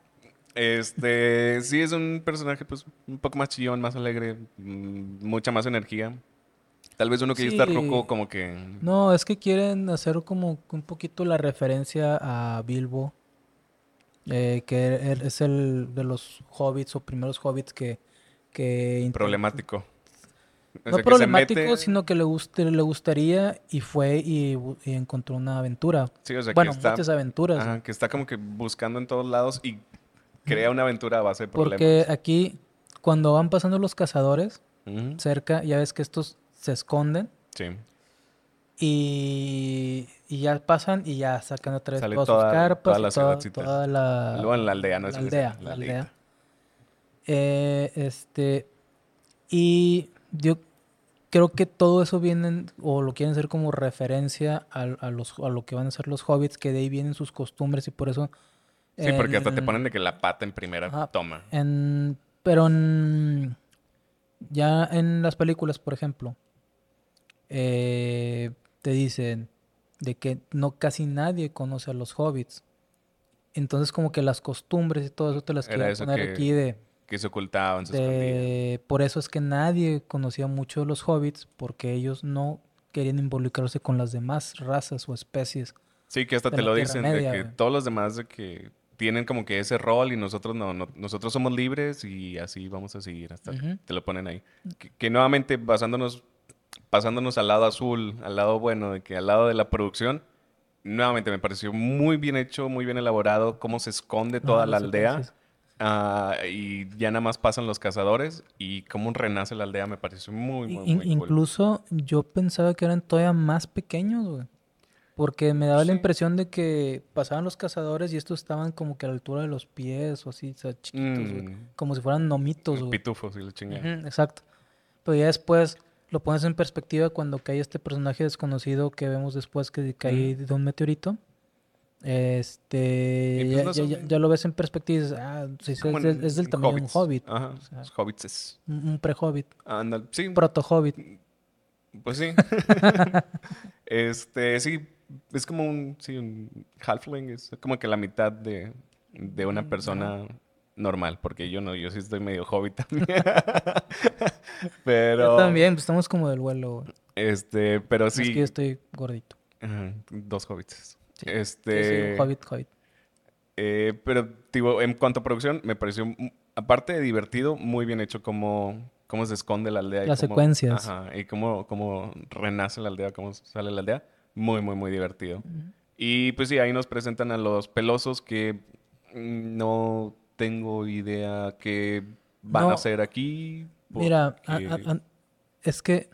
Sí es un personaje pues un poco más chillón, más alegre, mucha más energía. Tal vez uno que ya está Sí. roco como que No, es que quieren hacer como un poquito la referencia a Bilbo, que es el de los hobbits o primeros hobbits que problemático. O no sea, que se problemático, mete, sino que le gustaría y fue y encontró una aventura. sí, o sea, Bueno, muchas aventuras, güey. que está como que buscando en todos lados y crea una aventura a base de Porque problemas. aquí, cuando van pasando los cazadores Ujú. cerca, ya ves que estos se esconden Sí, y ya pasan y ya sacan otra vez sale todas sus toda carpas y la ciudadcita. toda Luego en la aldea, no es la en la ciudad, aldea, la la aldeita. aldea. Y yo creo que todo eso viene, o lo quieren hacer como referencia a lo que van a ser los hobbits, que de ahí vienen sus costumbres y por eso Sí, porque hasta te en, ponen de que la pata en primera ajá, toma. pero ya en las películas, por ejemplo, eh, te dicen de que no casi nadie conoce a los hobbits. Entonces como que las costumbres y todo eso te las Era quieren eso poner aquí que se ocultaban, se escondían. por eso es que nadie conocía mucho de los hobbits, porque ellos no querían involucrarse con las demás razas o especies Sí, que hasta de te la lo Tierra dicen, de Media, que güey. todos los demás de que tienen como que ese rol y nosotros nosotros somos libres y así vamos a seguir hasta Ujú. te lo ponen ahí. Que nuevamente pasándonos al lado azul, al lado bueno, de que al lado de la producción, nuevamente me pareció muy bien hecho, muy bien elaborado, cómo se esconde Ajá, toda la las aldea. secuencias. Y ya nada más pasan los cazadores y cómo renace la aldea me pareció muy, muy, muy cool. Incluso yo pensaba que eran todavía más pequeños, güey. Porque me daba la Sí. impresión de que pasaban los cazadores y estos estaban como que a la altura de los pies o así, o sea, chiquitos, güey. Mm, Como si fueran gnomitos, güey. pitufos y la chingada. Ujú, exacto. Pero ya después lo pones en perspectiva cuando cae este personaje desconocido que vemos después que cae Ujú. de un meteorito. Y pues no Ya son lo ves en perspectiva y dices, ah, sí, sí, como es del en tamaño de un hobbits. hobbit. Ajá, O sea, hobbits. un pre-hobbit, Sí, proto-hobbit. pues sí. Sí, es como un halfling, es como que la mitad de una Ajá. persona normal, porque yo no, yo sí estoy medio hobbit también. Yo Pero, también, pues estamos como del vuelo, güey. pero Más que yo sí, estoy gordito. ajá, dos hobbits. Sí, sí, sí, un hobbit, hobbit. Pero, digo, en cuanto a producción, me pareció, aparte de divertido, muy bien hecho cómo se esconde la aldea y Las secuencias. ajá, y cómo renace la aldea, cómo sale la aldea. Muy, muy, muy divertido. Ujú. Y pues sí, ahí nos presentan a los pelosos que no tengo idea qué van a No, hacer aquí, mira, porque... es que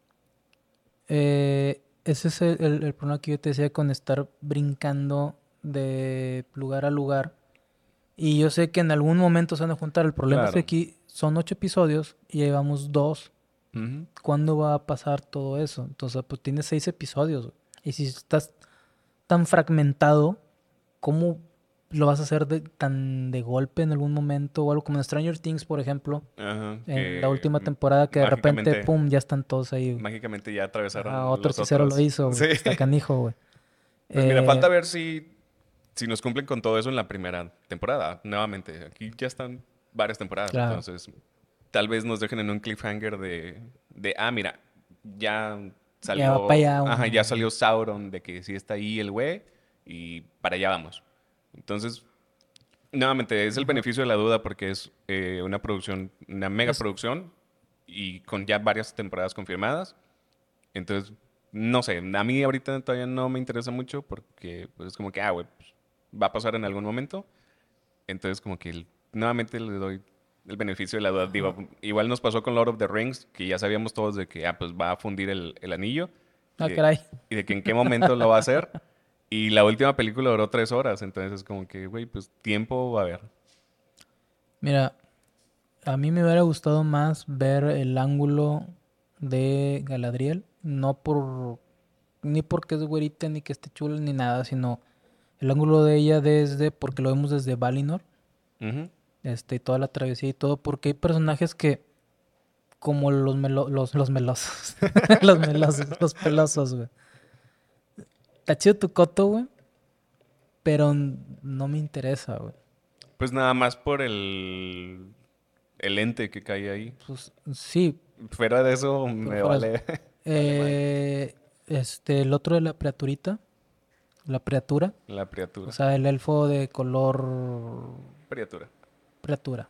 ese es el problema que yo te decía con estar brincando de lugar a lugar. Y yo sé que en algún momento se van a juntar. El problema es que Claro. aquí son 8 episodios y llevamos dos. Ujú. ¿Cuándo va a pasar todo eso? Entonces, pues tienes 6 episodios, güey. Y si estás tan fragmentado, ¿cómo lo vas a hacer tan de golpe en algún momento? O algo como en Stranger Things, por ejemplo, Ajá, en la que última temporada que de repente, mágicamente, pum, ya están todos ahí, güey. mágicamente ya Ajá, atravesaron otro los hechicero lo otros. hizo, güey. Sí. Está canijo, güey. Pues mira, falta Eh, ver si nos cumplen con todo eso en la primera temporada. Nuevamente, aquí ya están varias temporadas, claro. entonces tal vez nos dejen en un cliffhanger mira, ya Ya va para salió, allá ajá, ya uno. salió Sauron de que sí está ahí el güey y para allá vamos. Entonces, nuevamente, es el Ajá. beneficio de la duda porque es una producción, una mega Es, producción y con ya varias temporadas confirmadas. Entonces, no sé, a mí ahorita todavía no me interesa mucho porque pues, es como que, güey, pues, va a pasar en algún momento. Entonces, como que nuevamente le doy el beneficio de la duda. ajá. Digo, igual nos pasó con Lord of the Rings, que ya sabíamos todos de que, pues va a fundir el anillo y Ah, de, caray. y de que en qué momento lo va a hacer. Y la última película duró 3 horas, entonces es como que, güey, pues tiempo va a haber. Mira, a mí me hubiera gustado más ver el ángulo de Galadriel, no por ni porque es güerita ni que esté chula ni nada, sino el ángulo de ella desde porque lo vemos desde Valinor, Ujú. y toda la travesía y todo, porque hay personajes que como los melosos, los melosos, los pelosos, güey. Está chido tu coto, güey, pero no me interesa, güey. Pues nada más por el ente que cae ahí. Pues sí, Fuera de eso, pero me fuera de eso. vale, vale madre Eh, el otro de la criaturita, la criatura, la o criatura. sea, el elfo de color Criatura. criatura,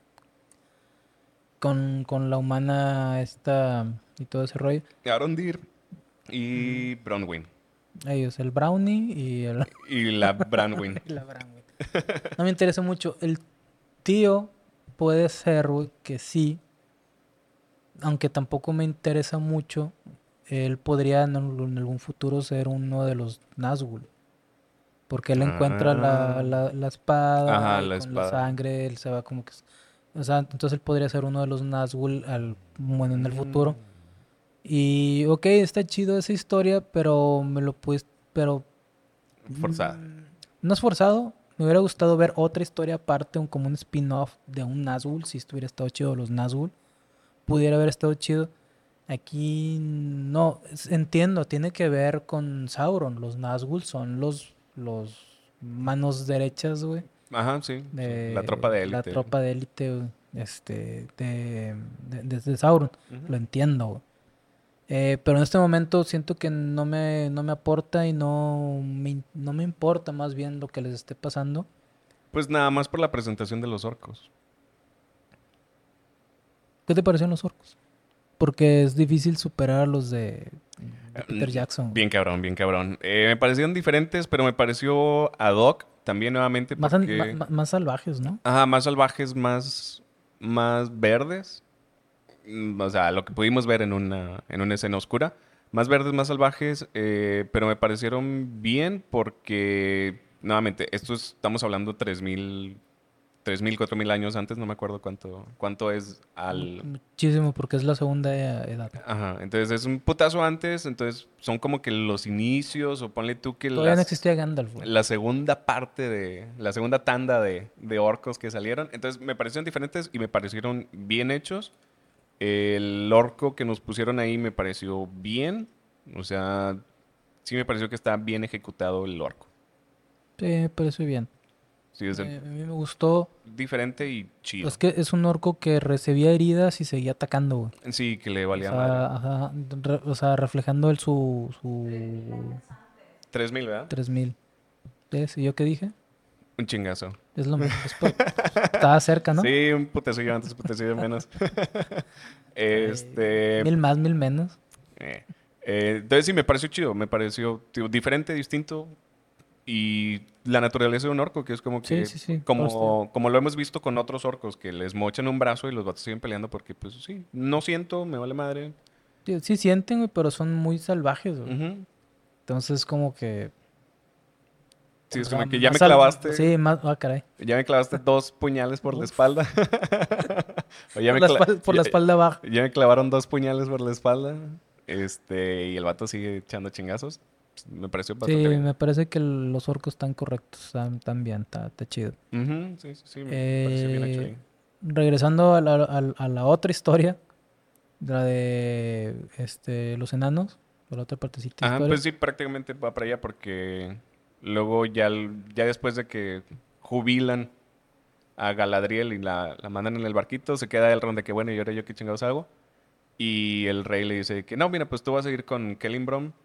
con la humana esta y todo ese rollo. Arondir Mm, y Bronwyn. ellos, el brownie y el Y la Branwyn. y la brownie. No me interesa mucho. El tío puede ser, güey, que sí, aunque tampoco me interesa mucho. Él podría en algún futuro ser uno de los Nazgûl. Porque él encuentra Ah. la espada Ajá, y la con la espada. sangre él se va como que... O sea, entonces él podría ser uno de los Nazgûl bueno, en el Mm, futuro. Y ok, está chido esa historia, pero me lo pues... Pero forzada. no es forzado. Me hubiera gustado ver otra historia aparte, como un spin-off de un Nazgûl, si estuviera estado chido los Nazgûl. Pudiera haber estado chido. Aquí no, entiendo, tiene que ver con Sauron. Los Nazgûl son los manos derechas, güey, Ajá, sí. La tropa de de la élite. tropa de élite, güey, de Sauron. Ujú. Lo entiendo, güey. Pero en este momento siento que no me aporta y no me importa más bien lo que les esté pasando. Pues nada más por la presentación de los orcos. ¿Qué te parecieron los orcos? Porque es difícil superar a los de Peter Jackson, güey. Bien cabrón, bien cabrón. Me parecieron diferentes, pero me pareció ad hoc también nuevamente porque... Más salvajes, ¿no? Ajá, más salvajes, más verdes. O sea, lo que pudimos ver en una escena oscura. Más verdes, más salvajes, pero me parecieron bien porque, nuevamente, estamos hablando 3.000, 4.000 años antes, no me acuerdo cuánto es al... Muchísimo, porque es la segunda edad. Ajá, entonces es un putazo antes, entonces son como que los inicios, o ponle tú que Todavía no existía Gandalf, güey. la segunda parte la segunda tanda de orcos que salieron. Entonces me parecieron diferentes y me parecieron bien hechos. El orco que nos pusieron ahí me pareció bien. O sea, sí me pareció que está bien ejecutado el orco. Sí, me pareció bien. Sí, es A mí me gustó. diferente y chido. Es que es un orco que recibía heridas y seguía atacando, güey. Sí, que le O valía madre. sea, ajá, o sea, reflejando su 3.000, ¿verdad? 3000. ¿Ves? ¿Y yo qué dije? Un chingazo. Es lo mismo. Estaba cerca, ¿no? Sí, un putecillo antes, un putecillo menos. Este. 1000 más, 1000 menos. eh, entonces sí, me pareció chido. Me pareció tío, diferente, distinto. Y la naturaleza de un orco, que es como Sí, que, sí, sí. como lo hemos visto con otros orcos, que les mochan un brazo y los vatos siguen peleando porque, pues sí, no siento, me vale madre. Sí, sí sienten, güey, pero son muy salvajes, güey. Ujú. Entonces, como que... Sí, O es sea, como que ya me clavaste, Sí, más... Ah, caray. ya me clavaste 2 puñales por la Uf. espalda. O Por la espalda baja. ya me clavaron 2 puñales por la espalda. Y el vato sigue echando chingazos. Me pareció Sí, bastante bien. me parece que los orcos están correctos, están bien, está chido. Ujú, sí, sí, sí, me pareció bien hecho Eh, ahí. regresando a la otra historia, la de los enanos, a la otra partecita de Ajá, historia. pues sí, prácticamente va para allá porque luego ya después de que jubilan a Galadriel y la mandan en el barquito, se queda el ron de que bueno, y ahora yo qué chingados hago. Y el rey le dice que no, mira, pues tú vas a ir con Celebrimbor,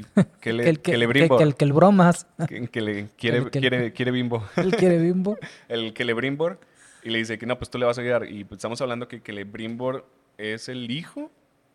Que el bromas. que le Que el, quiere Bimbo, el quiere bimbo. el Celebrimbor, y le dice que no, pues tú le vas a ayudar. Y pues estamos hablando que Celebrimbor es el hijo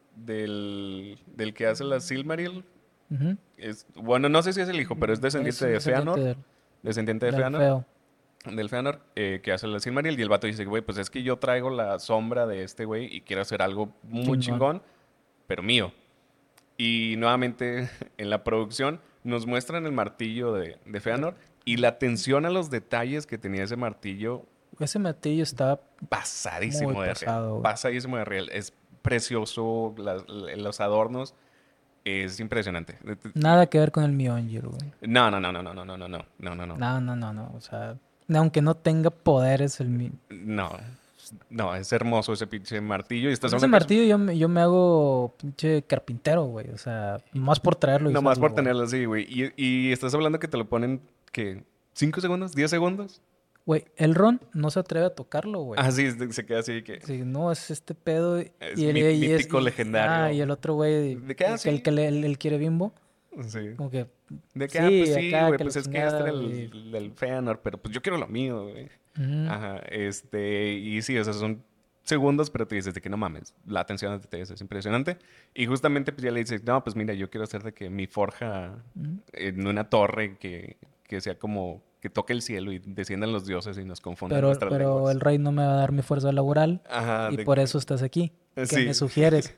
del que hace la Silmaril. Ujú. Bueno, no sé si es el hijo, pero es Es descendiente un de descendiente Feanor, descendiente de del Feanor, feo. del Feanor, que hace la Silmaril. Y el vato dice, güey, pues es que yo traigo la sombra de este güey y quiero hacer algo muy Chingón. chingón, pero mío. Y nuevamente en la producción nos muestran el martillo de Feanor y la atención a los detalles que tenía ese martillo Ese martillo está muy pasadísimo de real. pasado, güey. Pasadísimo de real. Es precioso, los adornos, es impresionante. Nada que ver con el Mjolnir, güey. No, no, no, no, no, no, no, no, no, no, no, no. No, no, no, no. O sea, aunque no tenga poderes No, no, es hermoso ese pinche martillo. Y estás Con ese hablando que es martillo yo me hago pinche carpintero, güey. O sea, más por traerlo y nomás usarlo, por güey. tenerlo así, güey. Y estás hablando que te lo ponen, ¿qué? ¿5 segundos? ¿10 segundos? Güey, el Ron no se atreve a tocarlo, güey. Ah, sí, se queda así que Sí, no, es este pedo. es mítico, legendario. Y el otro güey, ¿De qué así? el quiere bimbo. Sí. Como que, De que, sí, pues sí, acá, güey, que la pues es que este chingada, era güey. el Feanor, pero pues yo quiero lo mío, güey. Ujú. Ajá, y sí, o sea, son segundos, pero te dices de que no mames, la atención a detalles es impresionante. Y justamente pues ya le dices, no, pues mira, yo quiero hacer de que mi forja Ujú. en una torre que sea como que toque el cielo y desciendan los dioses y nos confundan nuestras Pero lenguas. el rey no me va a dar mi fuerza laboral Ajá, y por eso estás aquí. ¿Qué me sí. sugieres?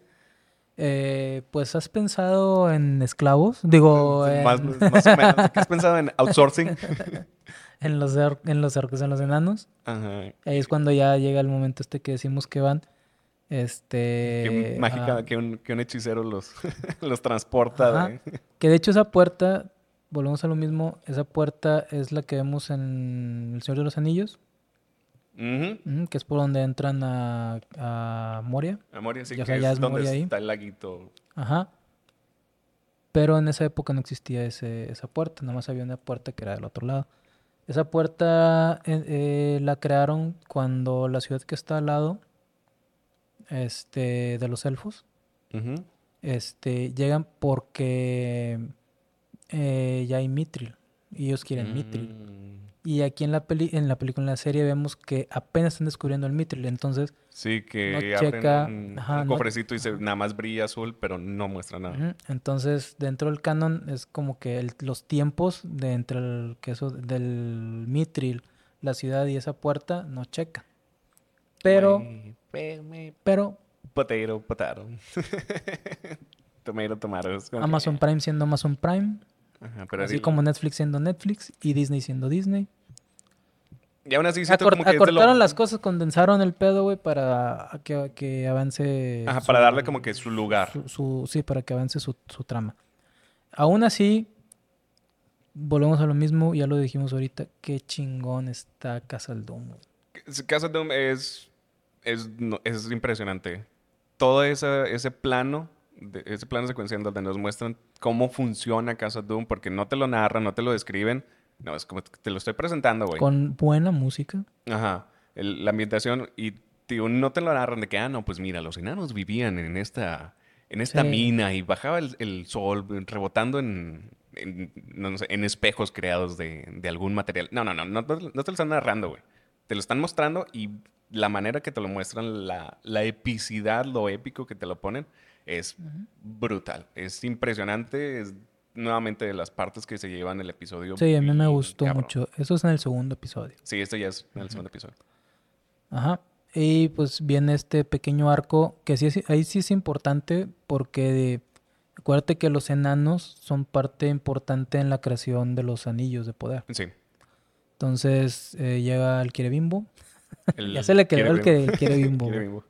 Pues, ¿has pensado en esclavos? Digo, Más o menos. ¿Qué has pensado en outsourcing? en los orcos, en los enanos. Ajá. Ahí es cuando ya llega el momento este que decimos que van, Que mágica, que un hechicero los transporta ajá. Que de hecho esa puerta, volvemos a lo mismo, esa puerta es la que vemos en El Señor de los Anillos, Ujú. que es por donde entran a Moria. A Moria, sí, O que sea, ya es es donde Moria ahí. está el laguito. Ajá. Pero en esa época no existía esa puerta, nada más había una puerta que era del otro lado. Esa puerta la crearon cuando la ciudad que está al lado, de los elfos, Ujú. llegan porque ya hay Mithril y ellos quieren Mithril. Mm. Y aquí en la película, en la serie, vemos que apenas están descubriendo el Mithril, entonces Sí, no que abren checa, un ajá, no, cofrecito y ajá. nada más brilla azul, pero no muestra nada. Ujú. Entonces, dentro del canon es como que los tiempos de entre el queso del Mithril, la ciudad y esa puerta no checan. Pero, pero Potato, potato. Tomato, tomato. Es como Amazon que... Prime siendo Amazon Prime, Ajá, pero así como Netflix siendo Netflix y Disney siendo Disney. y aún así siento como que es de Acortaron lo... las cosas, condensaron el pedo, güey, para que avance Ajá, para darle como que su lugar. sí, para que avance su trama. Aún así, volvemos a lo mismo, ya lo dijimos ahorita, qué chingón está Casa del Doom, güey. Casa Doom es impresionante. Todo ese plano, ese plano secuencial donde nos muestran cómo funciona Casa Doom, porque no te lo narran, no te lo describen. No, es como que te lo estoy presentando, güey. Con buena música. Ajá. La ambientación y tío, no te lo narran de que, no, pues mira, los enanos vivían en esta Sí. mina y bajaba el sol rebotando no sé, en espejos creados de algún material. No te lo están narrando, güey. Te lo están mostrando y la manera que te lo muestran, la epicidad, lo épico que te lo ponen, es Ujú. brutal. Es impresionante. Es nuevamente de las partes que se llevan el episodio Sí, a mí me bien gustó cabrón. mucho. Eso es en el segundo episodio. Sí, esto ya es en el Ujú. segundo episodio. Ajá. Y pues viene este pequeño arco que ahí sí es importante porque acuérdate que los enanos son parte importante en la creación de los anillos de poder. Sí. Entonces llega el Bimbo. Ya se El le quedó quiere bimbo. el Bimbo, Quiere güey. bimbo.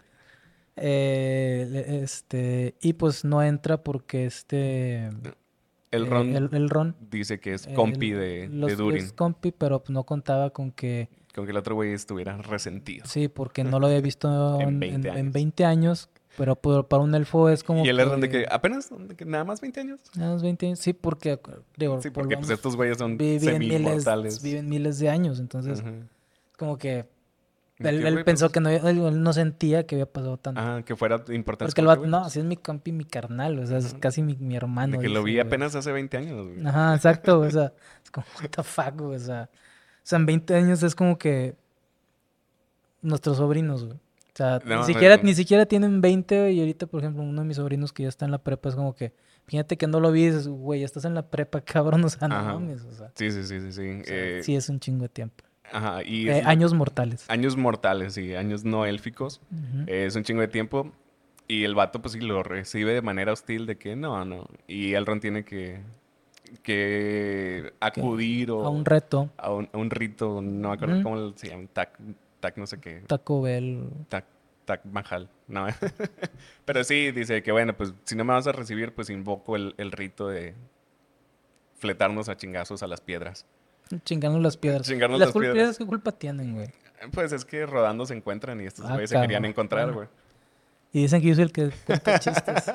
Y pues no entra porque El Ron el Ron dice que es compi de es Durin. compi, pero pues no contaba con que Con que el otro güey estuviera resentido. sí, porque no lo había visto En 20 en años. 20 años, pero para un elfo es Y como el Ron de que que apenas, de que nada más 20 años. unos 20 años, sí, porque digo, Sí, porque pues volvamos, estos güeyes son viven semi-inmortales. miles de años, entonces Ujú. como que De que, Él güey, pensó pues, que no, él no sentía que había pasado tanto. que fuera importante. Porque el Como que, vato, güey, no, pues, así es mi compi, mi carnal, o sea, es ajá, casi mi de hermano, que lo dice, vi güey. apenas hace 20 años, güey. Ajá, exacto, o sea, es como, what the fuck, güey, o sea, en 20 años es como que nuestros sobrinos, güey. O sea, No mames, güey. ni siquiera tienen 20 y ahorita, por ejemplo, uno de mis sobrinos que ya está en la prepa es como que, fíjate que no lo vi, dices, güey, ya estás en la prepa, cabrón, o sea, no Ajá. mames, Sí, sí, sí, sí, sí. o sea, sí es un chingo de tiempo. Ajá, y es Años mortales. años mortales y años no élficos. Ujú. Es un chingo de tiempo. Y el vato, pues sí, lo recibe de manera hostil de que no, no. Y Elrond tiene que Que acudir a un o reto, a un rito, no me acuerdo ujú, cómo se llama, tac no sé qué, Taco Bell, tac, tac Mahal, no. Pero sí, dice que bueno, pues si no me vas a recibir, pues invoco el rito de fletarnos a chingazos a las piedras. chingando las piedras. ¿Y Chingarnos las las piedras piedras. qué culpa tienen, güey? Pues es que rodando se encuentran y estos Ah, güeyes se querían cabrón. encontrar, Bueno. güey. Y dicen que yo soy el que cuenta chistes.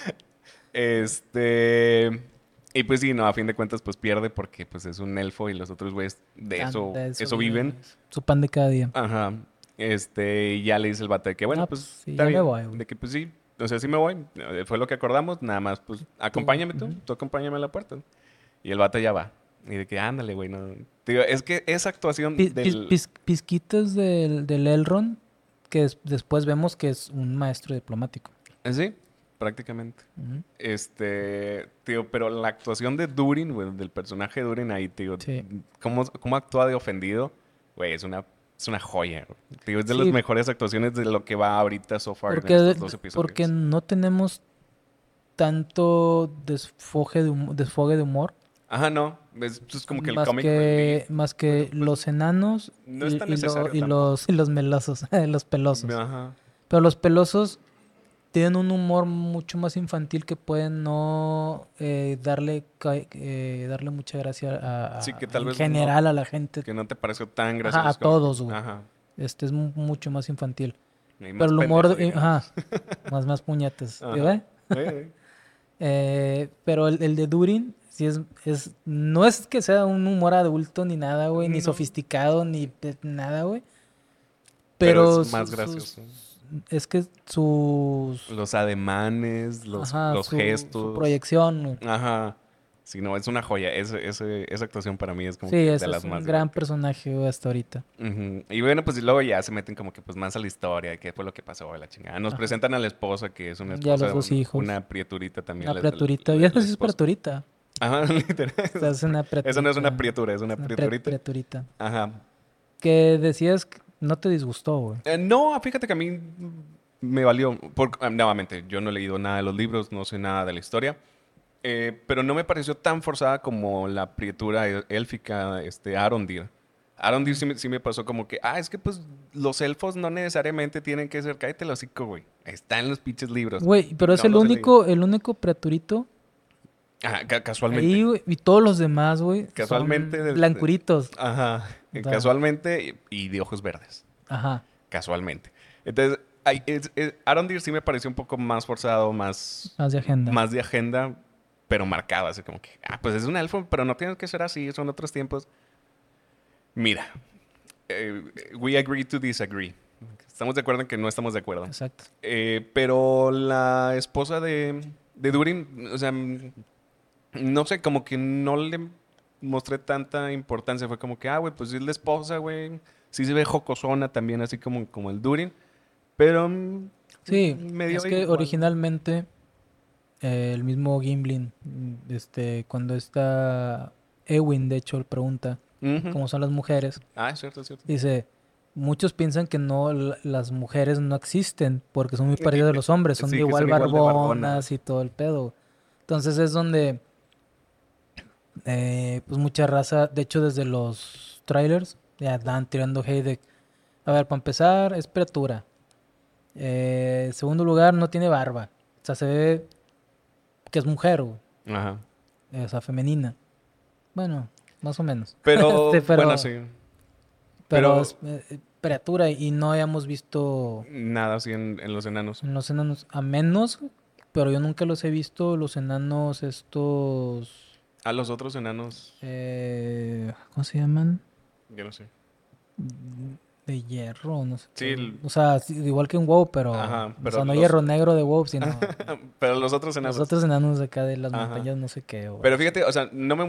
Este. Y pues sí, no, a fin de cuentas, pues pierde porque pues es un elfo y los otros güeyes de De eso eso viven, viven. güey. Su pan de cada día. Ajá. Y ya le dice el vato de que, bueno, Ah, pues pues sí, está ya me bien. voy, güey. De que pues sí, o sea, sí me voy. Fue lo que acordamos, nada más, pues acompáñame Ujú. tú acompáñame a la puerta. Y el vato ya va. Y de que ándale, güey, no. Te digo, es que esa actuación del. Pizquitos del Elrond, que después vemos que es un maestro diplomático. Sí, prácticamente. Ujú. Tío, pero la actuación de Durin, güey, del personaje de Durin ahí, tío, Sí. cómo actúa de ofendido, güey, es una joya, güey. Tío, es de las Sí, mejores actuaciones de lo que va ahorita so far en estos dos porque episodios. no tenemos tanto desfogue de humor, Ajá, no, es como que el comic relief, más pero que pues los enanos no es tan necesario tampoco. y los melosos, los pelosos. Ajá. Pero los pelosos tienen un humor mucho más infantil que pueden no darle mucha gracia Sí, que tal en vez no, general a la gente, que no te pareció tan ajá, a gracioso como que, todos, güey. ajá, Este es mucho más infantil. y Pero más el humor, pendejo, diríamos. ajá, más puñetas, ¿sí, Ajá. ve? Pero el de Durin, sí no es que sea un humor adulto ni nada, güey, ni No, sofisticado, ni nada, güey. pero es Pero más gracioso. es que Los ademanes, ajá, los su gestos. proyección, güey. Ajá. Sí, no, es una joya. Esa actuación para mí es como Sí, que de ese las es un más gran divertidas. personaje, güey, hasta ahorita. Ujú. Y bueno, pues y luego ya se meten como que pues más a la historia, de qué fue lo que pasó, de la chingada. Nos Ajá. presentan a la esposa, que es una Ya esposa, los dos hijos. una prieturita también, Una criaturita. Ya no la sé si es esposa. criaturita. Ajá, literal. O sea, es una Eso no es una criaturita. prietura, es Es una una prieturita. criaturita. Ajá. Que decías que no te disgustó, güey. No, fíjate que a mí me valió. Nuevamente, yo no he leído nada de los libros, no sé nada de la historia. Pero no me pareció tan forzada como la prietura élfica, Arondir. Arondir Mm. sí me pasó como que, es que pues los elfos no necesariamente tienen que ser, cállate el hocico, güey. Está en los pinches libros. Güey, Y pero es no los he leído. el único criaturito ahí, Casualmente. güey. Y todos los demás, güey, Casualmente. son blancuritos. Ajá. O sea, Casualmente y de ojos verdes. ajá, Casualmente. Entonces, Arondir sí me pareció un poco más forzado, más de agenda. más de agenda, pero marcado, así como que, pues es un elfo, pero no tiene que ser así, son otros tiempos. Mira, we agree to disagree. Estamos de acuerdo en que no estamos de acuerdo. Exacto. Pero la esposa de Durin, o sea, no sé, como que no le mostré tanta importancia. Fue como que, güey, pues sí es la esposa, güey. Sí se ve jocosona también, así como el Durin. Pero Sí, me dio es que igual. originalmente el mismo Gimlin, cuando está Ewin, de hecho, le pregunta Ujú. cómo son las mujeres, Es cierto, es cierto. dice, muchos piensan que no, las mujeres no existen porque son muy parecidas a los hombres, son Sí, que igual son igual de barbonas y barbonas. todo el pedo. Entonces es donde, pues mucha raza, de hecho desde los trailers, ya dan tirando hate de, a ver, para empezar, es criatura. En segundo lugar, no tiene barba. O sea, se ve que es mujer, güey. Ajá. O sea, femenina. Bueno, más o menos. Pero, bueno, sí. Pero Pero es criatura y no habíamos visto nada así en los enanos. en los enanos, a menos, pero yo nunca los he visto, los enanos estos, A los otros enanos, ¿cómo se llaman? yo no sé. De hierro, no sé Sí, qué. O sea, igual que un WoW, pero... ajá, O pero sea, no hierro negro de WoW, sino pero los otros los enanos. otros enanos de acá de las Ajá. montañas, no sé qué. O Pero algo así. fíjate, o sea,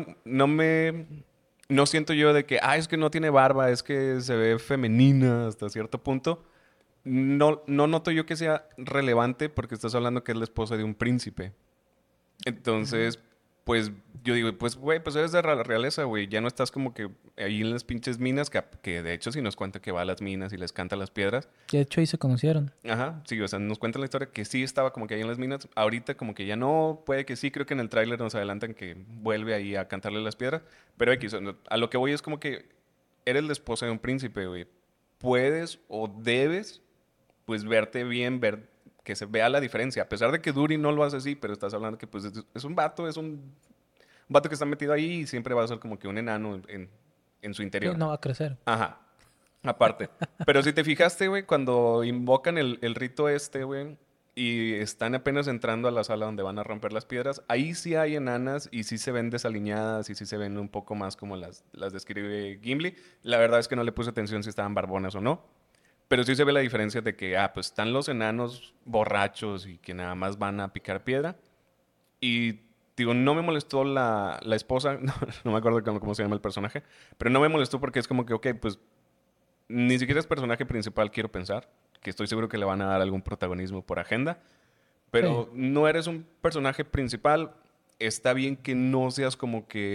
no siento yo de que, es que no tiene barba, es que se ve femenina hasta cierto punto. No noto yo que sea relevante porque estás hablando que es la esposa de un príncipe. Ujú. Entonces, pues yo digo, pues güey, pues eres de la realeza, güey. Ya no estás como que ahí en las pinches minas, que de hecho si nos cuenta que va a las minas y les canta las piedras. Que de hecho ahí se conocieron. Ajá, sí, o sea, nos cuentan la historia que sí estaba como que ahí en las minas. Ahorita como que ya no, puede que sí, creo que en el tráiler nos adelantan que vuelve ahí a cantarle las piedras. Pero X, o sea, a lo que voy es como que eres la esposa de un príncipe, güey. Puedes o debes, pues, verte bien, ver que se vea la diferencia. A pesar de que Duri no lo hace así, pero estás hablando que, pues, es un vato, un vato que está metido ahí y siempre va a ser como que un enano en su Sí, interior. no va a crecer. Ajá. Aparte. Pero si te fijaste, güey, cuando invocan el rito este, güey, y están apenas entrando a la sala donde van a romper las piedras, ahí sí hay enanas y sí se ven desaliñadas y sí se ven un poco más como las describe Gimli. La verdad es que no le puse atención si estaban barbonas o no. Pero sí se ve la diferencia de que, pues están los enanos borrachos y que nada más van a picar piedra. Y digo, no me molestó la esposa, no me acuerdo cómo se llama el personaje, pero no me molestó porque es como que, ok, pues ni siquiera es personaje principal, quiero pensar, que estoy seguro que le van a dar algún protagonismo por agenda, Sí. pero no eres un personaje principal. Está bien que no seas como que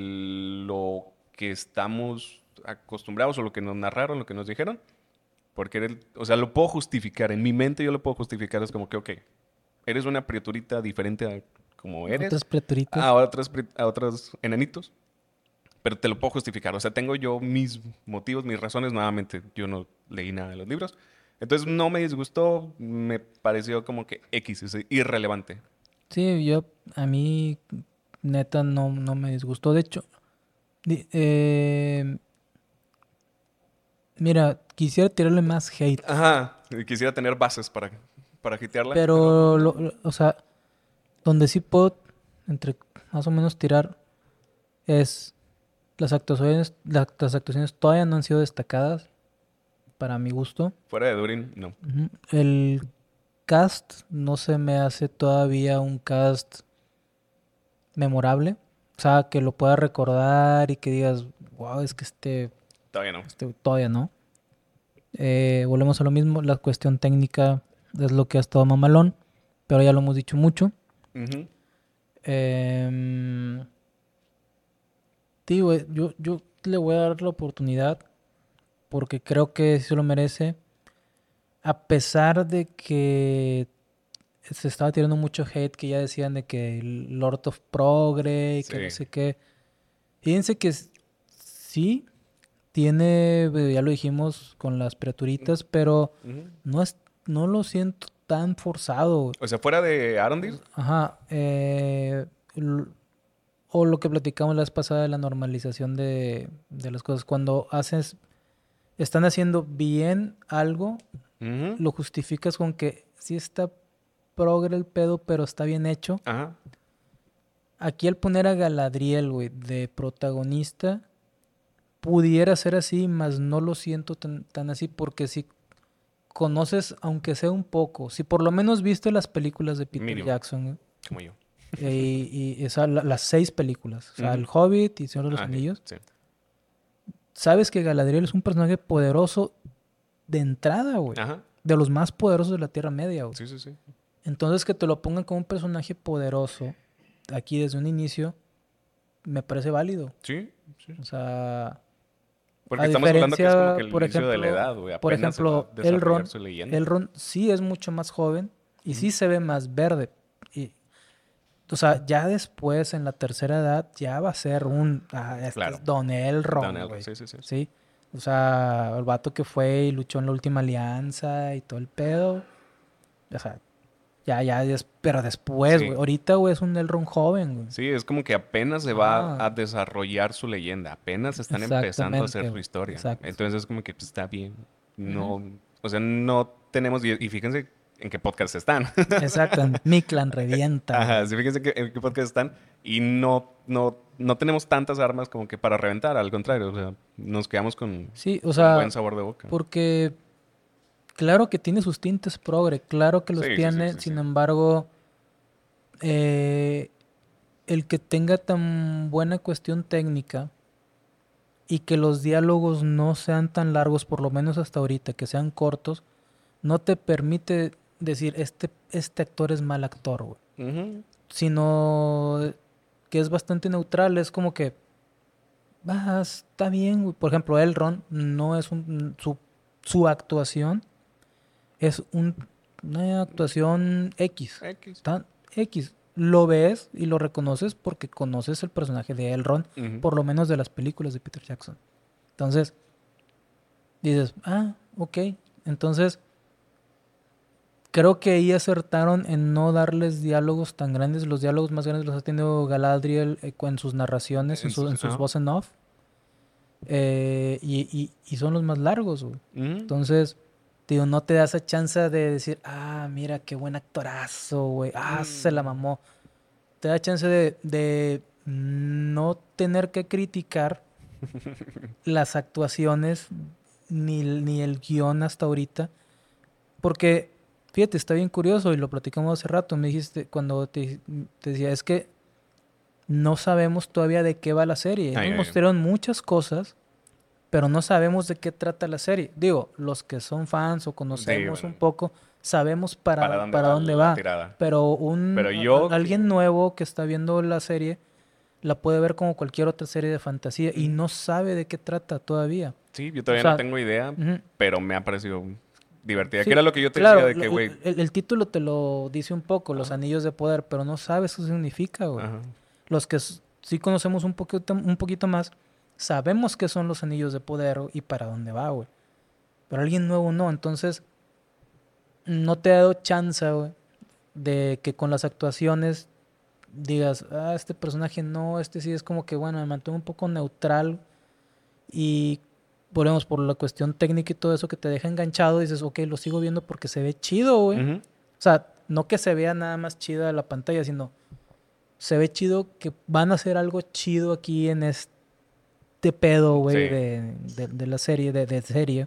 lo que estamos acostumbrados o lo que nos narraron, lo que nos dijeron, porque o sea, lo puedo justificar. En mi mente yo lo puedo justificar. Es como que, ok, eres una criaturita diferente a como eres, Otras criaturitas. a otros enanitos, pero te lo puedo justificar. O sea, tengo yo mis motivos, mis razones. Nuevamente, yo no leí nada de los libros. Entonces no me disgustó, me pareció como que X, es irrelevante. Sí, a mí, neta, no me disgustó. De hecho, di- eh, mira, quisiera tirarle más hate, Ajá, y quisiera tener bases para hitearla, pero pero, no. o sea, donde sí puedo, entre más o menos tirar, es las actuaciones todavía no han sido destacadas, para mi gusto. Fuera de Durin, no. Ujú. El cast no se me hace todavía un cast memorable. O sea, que lo puedas recordar y que digas, wow, es que Todavía no. este todavía no. Volvemos a lo mismo, la cuestión técnica es lo que ha estado mamalón, pero ya lo hemos dicho mucho. Ujú. Em, Digo, yo le voy a dar la oportunidad porque creo que sí se lo merece. A pesar de que se estaba tirando mucho hate, que ya decían de que el Lord of Progre y que no Sí. sé qué. Fíjense que sí tiene, ya lo dijimos con las criaturitas, pero Ujú. no es, no lo siento tan forzado. O sea, fuera de Arondir, Ajá. L- o lo que platicamos la vez pasada de la normalización de las cosas. Cuando están haciendo bien algo, ujú, lo justificas con que sí está progre el pedo, pero está bien hecho. ajá, Aquí al poner a Galadriel, güey, de protagonista, pudiera ser así, mas no lo siento tan así porque si conoces, aunque sea un poco, si por lo menos viste las películas de Peter mínimo, Jackson, güey, como yo. y esa, las 6 películas, o sea, Ujú. El Hobbit y Señor de los Ah, sí, Anillos, sí. sabes que Galadriel es un personaje poderoso de entrada, güey, Ajá, de los más poderosos de la Tierra Media, güey. sí, sí, sí. Entonces que te lo pongan como un personaje poderoso aquí desde un inicio, me parece válido. Sí, sí. O sea, Porque a estamos hablando que es como que diferencia, el inicio de la edad, güey. por Apenas se va a ejemplo, desarrollar su leyenda. Elrond sí es mucho más joven y Ujú. sí se ve más verde. Y, o sea, ya después, en la tercera edad, ya va a ser este Claro. es Don Dan Elrond, Elro, güey. sí, sí, sí. Sí. O sea, el vato que fue y luchó en la última alianza y todo el pedo. O sea, pero después, güey. Sí. Ahorita, güey, es un Elrond joven, güey. Sí, es como que apenas se va Ajá, a desarrollar su leyenda, apenas están empezando a hacer exactamente, su güey. historia. Exacto. Entonces es como que pues, está bien. Ujú. No, o sea, no tenemos, y fíjense en qué podcast están. Exacto, en Mictlan Revienta. Ajá, sí, fíjense en qué podcast están. Y no tenemos tantas armas como que para reventar, al contrario, o sea, nos quedamos con Sí, o un sea, buen sabor de boca. porque claro que tiene sus tintes progre, claro que los Sí, sí, sí, tiene, sí, sí. sin embargo, eh, el que tenga tan buena cuestión técnica y que los diálogos no sean tan largos, por lo menos hasta ahorita, que sean cortos, no te permite decir, este actor es mal actor, güey. Ujú. Sino que es bastante neutral, es como que, está bien, güey. Por ejemplo, Elrond no es su actuación es una actuación X, X. tan X. Lo ves y lo reconoces porque conoces el personaje de Elrond, Ujú. por lo menos de las películas de Peter Jackson. Entonces, dices, ok. Entonces, creo que ahí acertaron en no darles diálogos tan grandes. Los diálogos más grandes los ha tenido Galadriel en sus narraciones, en sus Ajá. voz en off. Y son los más largos, güey. Ujú. Entonces, digo, no te da esa chance de decir, mira, qué buen actorazo, güey. Se la Mm. mamó. Te da chance de no tener que criticar las actuaciones ni el guión hasta ahorita. Porque, fíjate, está bien curioso y lo platicamos hace rato. Me dijiste, cuando te decía, es que no sabemos todavía de qué va la serie. Ay, Nos ay, ay. mostraron muchas cosas, pero no sabemos de qué trata la serie. Digo, los que son fans o Sí, conocemos un bueno, poco, sabemos ¿para dónde para va dónde la va. tirada? Pero Pero yo alguien que... nuevo que está viendo la serie la puede ver como cualquier otra serie de fantasía y Ujú. no sabe de qué trata todavía. Sí, yo O todavía no sea, tengo idea, ujú, pero me ha parecido divertida. Que sí, era lo que yo te decía claro, de que, güey... el título te lo dice un poco, los Ajá, anillos de poder, pero no sabes qué significa, güey. ajá. Los que sí conocemos un poquito más, sabemos qué son los anillos de poder y para dónde va, güey. Pero alguien nuevo no, entonces no te ha dado chance, güey, de que con las actuaciones digas, este personaje no, este sí es como que, bueno, me mantengo un poco neutral y volvemos por la cuestión técnica y todo eso que te deja enganchado, dices, ok, lo sigo viendo porque se ve chido, güey. O Ujú. sea, no que se vea nada más chida la pantalla, sino se ve chido que van a hacer algo chido aquí en este pedo, güey, Sí. de la serie, de serie.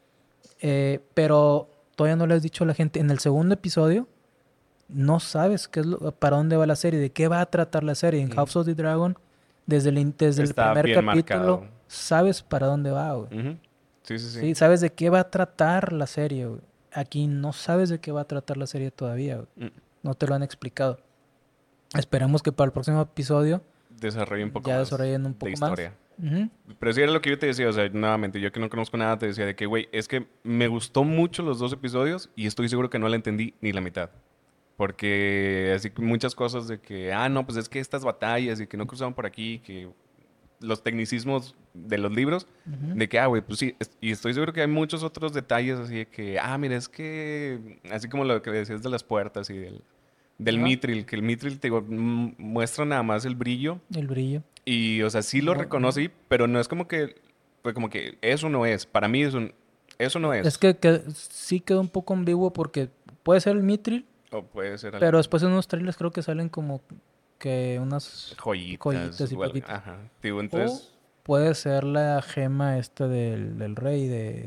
Pero todavía no le has dicho a la gente, en el segundo episodio no sabes para dónde va la serie, de qué va a tratar la serie. En Ujú. House of the Dragon, desde el Está primer bien capítulo, marcado. sabes para dónde va, güey. Ujú. Sí, sí, sí. Sí, sabes de qué va a tratar la serie, güey. Aquí no sabes de qué va a tratar la serie todavía, güey. Mm. No te lo han explicado. Esperamos que para el próximo episodio Desarrolla un poco ya más desarrollen un de poco más. historia. Ujú. Pero sí era lo que yo te decía, o sea, nuevamente, yo que no conozco nada, te decía de que, güey, es que me gustó mucho los dos episodios y estoy seguro que no la entendí ni la mitad. Porque así que muchas cosas de que, no, pues es que estas batallas y que no cruzaban por aquí, que los tecnicismos de los libros, Ujú. de que, güey, pues sí, y estoy seguro que hay muchos otros detalles así de que, mira, es que, así como lo que decías de las puertas y del Ajá. Mithril, que el Mithril, te digo, muestra nada más el brillo El brillo. y, o sea, sí lo Ujú. reconocí, pero no es como que eso no es, para mí eso no Es es, que sí quedó un poco ambiguo porque puede ser el Mithril, o puede ser pero algo, después en unos trailers creo que salen como que unas joyitas, joyitas y o algo, pepitas. ajá, digo, O entonces... puede ser la gema esta del rey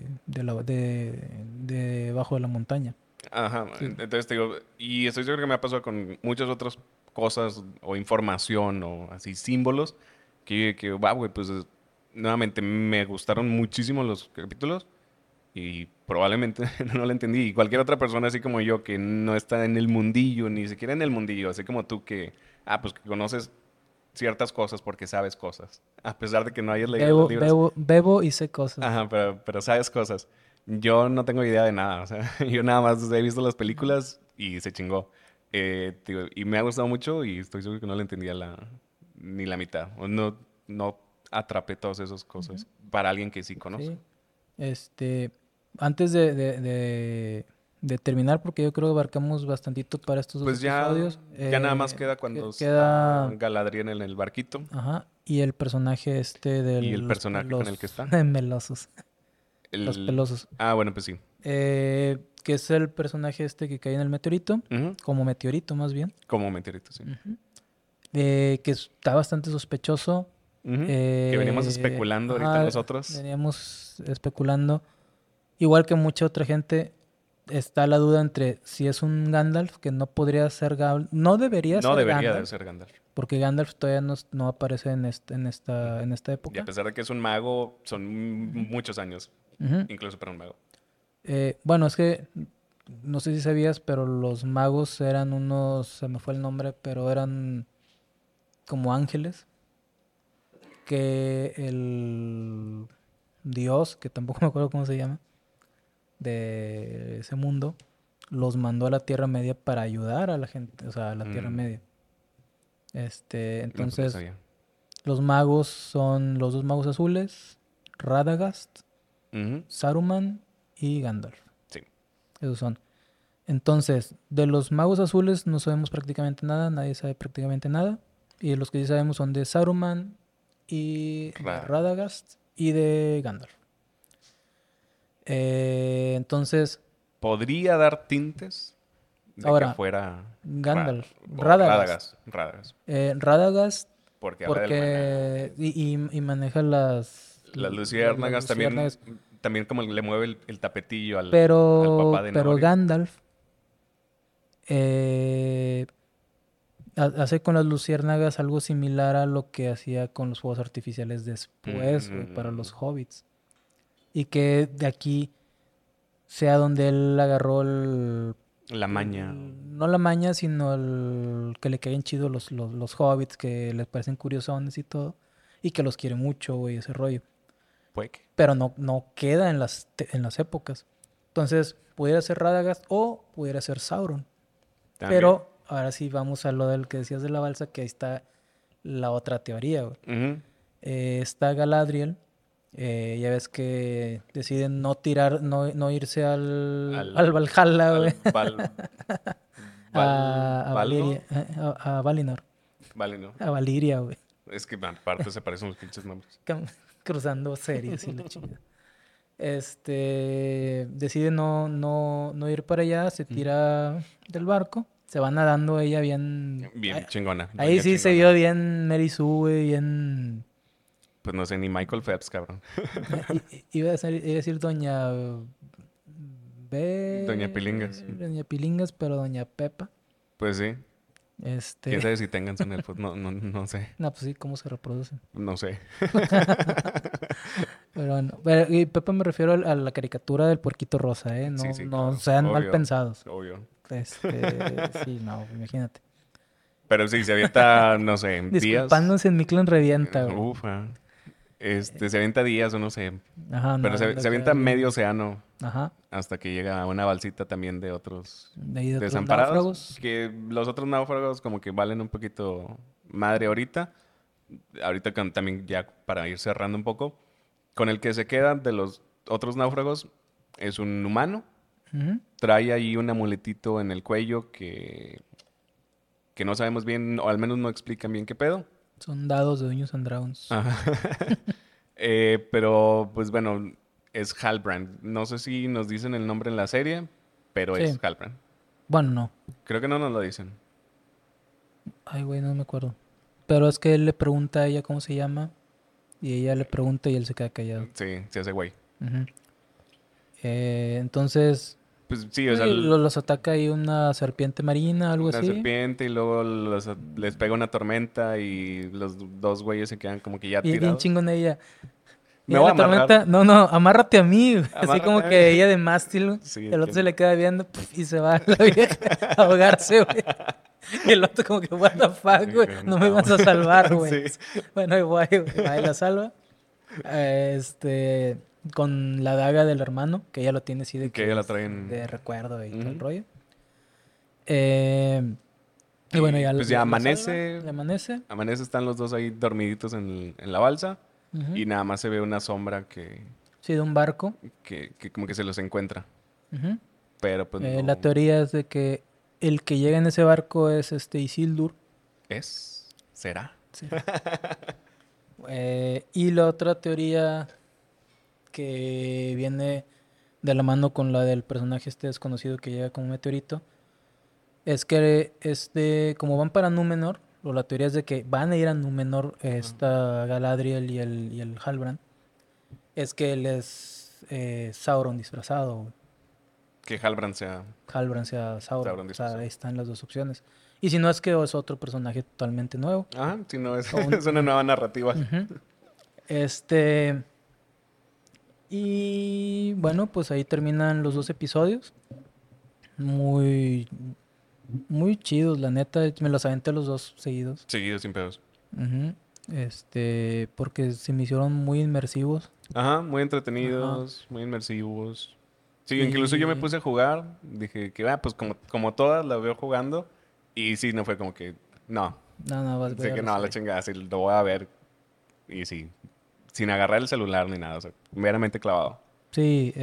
de bajo de la montaña. Ajá, Sí. entonces te digo, y estoy seguro que me ha pasado con muchas otras cosas o información o así símbolos güey, pues nuevamente me gustaron muchísimo los capítulos y probablemente no lo entendí. Y cualquier otra persona así como yo que no está en el mundillo, ni siquiera en el mundillo, así como tú que, pues que conoces ciertas cosas porque sabes cosas, a pesar de que no hayas leído los libros. Bebo y sé cosas. Ajá, pero sabes cosas. Yo no tengo idea de nada, o sea, yo nada más he visto las Ujú. películas y se chingó. Digo, y me ha gustado mucho y estoy seguro que no le entendía ni la mitad. O no atrapé todas esas Ujú. cosas para alguien que sí conoce. Sí. Este, antes de terminar, porque yo creo que abarcamos bastantito para estos dos Pues episodios, ya nada más queda cuando está queda, Galadriel en el barquito ajá, y el personaje de y el los personaje con el que pelos está. melosos, los El... pelosos. Bueno, pues sí. que es el personaje este que cae en el meteorito, Ujú. como meteorito más bien, Como meteorito, sí. que está bastante sospechoso. Ujú. Que veníamos especulando ahorita Ajá, nosotros. veníamos especulando. Igual que mucha otra gente, está la duda entre si es un Gandalf, que no podría ser no debería No ser debería de Gandalf, ser Gandalf. porque Gandalf todavía no aparece en esta Y a época. pesar de que es un mago, son muchos años, Ujú. incluso para un mago. Bueno, es que no sé si sabías, pero los magos eran unos, se me fue el nombre, pero eran como ángeles que el dios, que tampoco me acuerdo cómo se llama, de ese mundo, los mandó a la Tierra Media para ayudar a la gente, o sea, a la Tierra Mm, Media. no, pues no Entonces, sabía. los magos son los dos magos azules, Radagast, Ujú. Saruman y Gandalf. Sí. Esos son. Entonces, de los magos azules no sabemos prácticamente nada, nadie sabe prácticamente nada. Y de los que sí sabemos son de Saruman y de Ra- Radagast y de Gandalf. Entonces, Podría dar tintes de que ahora, fuera Gandalf, o Radagast. Radagast. Radagast. Radagast Porque habla del maná. porque... Y maneja Las las luciérnagas también, luciérnagas. también como le mueve el tapetillo al papá de Pero Nori. Gandalf eh, hace con las luciérnagas algo similar a lo que hacía con los fuegos artificiales después, güey, para Mm, los hobbits. Y que de aquí sea donde él agarró la maña. no la maña, sino el que le caen chidos los hobbits, que les parecen curiosones y todo. Y que los quiere mucho, güey, ese rollo. Pues que Pero no queda en en las épocas. Entonces, pudiera ser Radagast o pudiera ser Sauron. también. Pero ahora sí vamos a lo del que decías de la balsa, que ahí está la otra teoría, güey. Ujú. Está Galadriel. Ya ves que deciden no tirar, no irse al Al, Valhalla, al güey. A Valno. Valiria, a Valinor. Vale, no. A Valiria, güey. Es que aparte se parecen los pinches nombres. Cruzando series y la chingada. Decide no ir para allá, se Ujú. tira del barco, se va nadando ella bien. Bien chingona, Ahí doña sí se vio chingona. bien Mary Sue, güey, bien. Pues no sé, ni Michael Phelps, cabrón. Iba a decir Doña Doña Pilingas. Doña Pilingas, pero Doña Pepa. Pues sí. Este. Quién sabe si tengan son elfos. No, no, no sé. No, pues sí, cómo se reproducen. No sé. Pero bueno. Y Pepa me refiero a la caricatura del puerquito rosa, ¿eh? Sí, No, sí, no claro. sean mal Obvio. pensados. Obvio. Sí, no, imagínate. Pero sí, se avienta, no sé, días. Disculpándose en mi clan revienta, güey. Ufa. Se avienta días o no sé. Ajá, Pero nadando se acá avienta medio bien. océano Ajá. hasta que llega a una balsita también de otros De ahí de otros desamparados. náufragos. Que los otros náufragos como que valen un poquito madre ahorita. Ahorita también ya para ir cerrando un poco. Con el que se queda de los otros náufragos es un humano. Ujú. Trae ahí un amuletito en el cuello que no sabemos bien, o al menos no explican bien qué pedo. Son dados de Dungeons and Dragons. Ajá. Pero, pues bueno, es Halbrand. No sé si nos dicen el nombre en la serie, pero es Sí. Halbrand. Bueno, no. Creo que no nos lo dicen. Ay, güey, no me acuerdo. Pero es que él le pregunta a ella cómo se llama. Y ella le pregunta y él se queda callado. Sí, se hace güey. Ujú. Entonces, Pues sí, o sea, los ataca ahí una serpiente marina, algo una así. serpiente y luego les pega una tormenta y los dos güeyes se quedan como que ya Bien tirados. chingón ella. Me Viene voy a la tormenta. amarrar. No, amárrate a mí, güey. Así Amárrate como a que mí. ella de mástil, güey. Sí, El otro se le queda viendo y se va a la vieja a ahogarse, güey. Y el otro como que, what the fuck, güey. No me vas a salvar, güey. Sí. Bueno, igual, güey. Ahí la salva. Con la daga del hermano, que ella lo tiene así de Que que ella la es traen. de recuerdo y todo el Ujú. rollo. Y bueno, Y ya pues ya la salva, amanece. le amanece. Amanece, están los dos ahí dormiditos en la balsa. Ujú. Y nada más se ve una sombra Sí, de un barco. que como que se los encuentra. Ujú. Pero pues La no teoría es de que el que llega en ese barco es Isildur. es. ¿Será? Sí. Y la otra teoría que viene de la mano con la del personaje este desconocido que llega como un meteorito, es que como van para Númenor, o la teoría es de que van a ir a Númenor, esta Galadriel y el Halbrand, es que él es Sauron disfrazado, güey. Que Halbrand sea Halbrand sea Sauron. Sauron O sea, disfrazado. ahí están las dos opciones. Y si no es que es otro personaje totalmente nuevo. Ajá, si no, O es una nueva narrativa. Ujú. Este... Y bueno, pues ahí terminan los dos episodios. Muy, muy chidos, la neta. Me los aventé los dos seguidos. Seguido, sin pedos. Ujú. Porque se me hicieron muy inmersivos. Ajá, muy Ajá. entretenidos, muy inmersivos. Sí, incluso yo me Y puse a jugar. Dije que, pues como todas la veo jugando. Y sí, no fue como que, no. nada, vas a Así que ver, no, la sí. chingada, sí, lo voy a ver. Y sí, sin agarrar el celular ni nada, o sea, meramente clavado. Sí,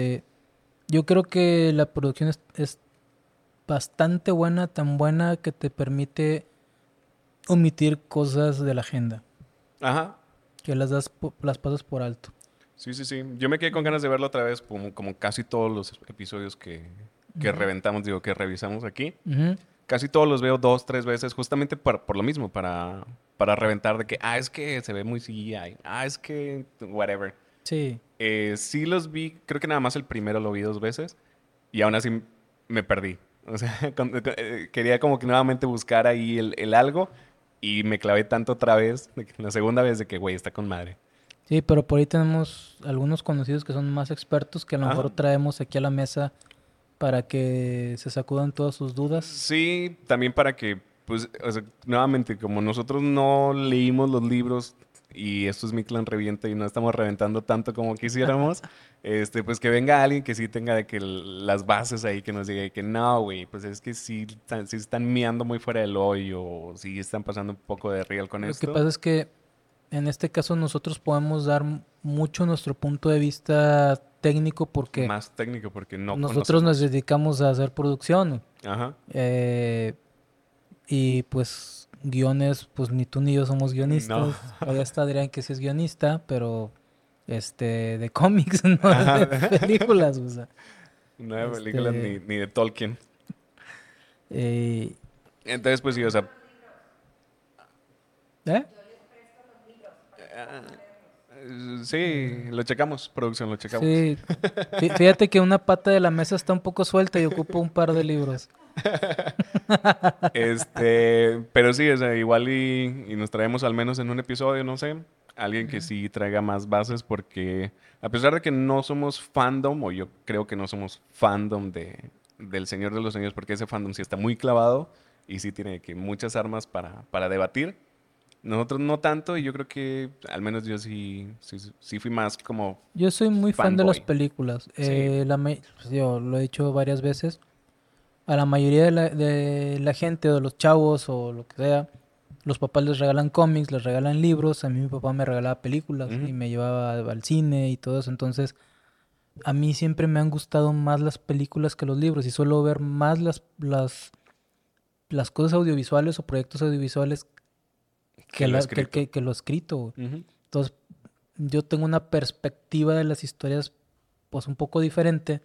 yo creo que la producción es bastante buena, tan buena que te permite omitir cosas de la agenda, Ajá, que las pasas por alto. sí, sí, sí. Yo me quedé con ganas de verlo otra vez, como casi todos los episodios que Ujú. reventamos, digo, que revisamos aquí. Ujú. Casi todos los veo 2, 3 veces, justamente por lo mismo, para reventar de que, es que se ve muy CGI, es que, whatever. Sí, Sí los vi, creo que nada más el primero lo vi 2 veces y aún así me perdí. O sea, quería como que nuevamente buscar ahí el algo y me clavé tanto otra vez, de que la segunda vez de que, güey, está con madre. sí, pero por ahí tenemos algunos conocidos que son más expertos que a lo Ajá. mejor traemos aquí a la mesa para que se sacudan todas sus dudas. Sí, también para que, pues, o sea, nuevamente, como nosotros no leímos los libros y esto es Mi Clan Revienta y no estamos reventando tanto como quisiéramos, pues que venga alguien que sí tenga de que las bases ahí, que nos diga de que no, güey, pues es que sí están miando muy fuera del hoyo, o sí están pasando un poco de real con Lo que esto. pasa es que en este caso nosotros podemos dar mucho nuestro punto de vista técnico porque Más técnico porque no nosotros nos conocemos. dedicamos a hacer producción. Ajá. eh, y pues guiones, pues ni tú ni yo somos No. guionistas. Allá está Adrián que sí es guionista, pero de cómics, no de Ajá. películas. O sea, No de películas este, ni de Tolkien. eh, Entonces, pues sí, o sea, ¿eh? sí, lo checamos, producción, lo checamos. Sí, fíjate que una pata de la mesa está un poco suelta y ocupa un par de libros. Pero sí, o sea, igual y nos traemos al menos en un episodio, no sé, alguien que Ujú. sí traiga más bases porque a pesar de que no somos fandom, o yo creo que no somos fandom del Señor de los Anillos, porque ese fandom sí está muy clavado y sí tiene que muchas armas para debatir. Nosotros no tanto y yo creo que al menos yo sí fui más como Yo soy muy fan de las fanboy. películas. Sí. Pues, yo lo he dicho varias veces. A la mayoría de la gente o de los chavos o lo que sea, los papás les regalan cómics, les regalan libros. A mí mi papá me regalaba películas y Ujú. me llevaba al cine y todo eso. Entonces, a mí siempre me han gustado más las películas que los libros y suelo ver más las cosas audiovisuales o proyectos audiovisuales Que lo he escrito. que lo escrito, güey. Ujú. Entonces, yo tengo una perspectiva de las historias pues un poco diferente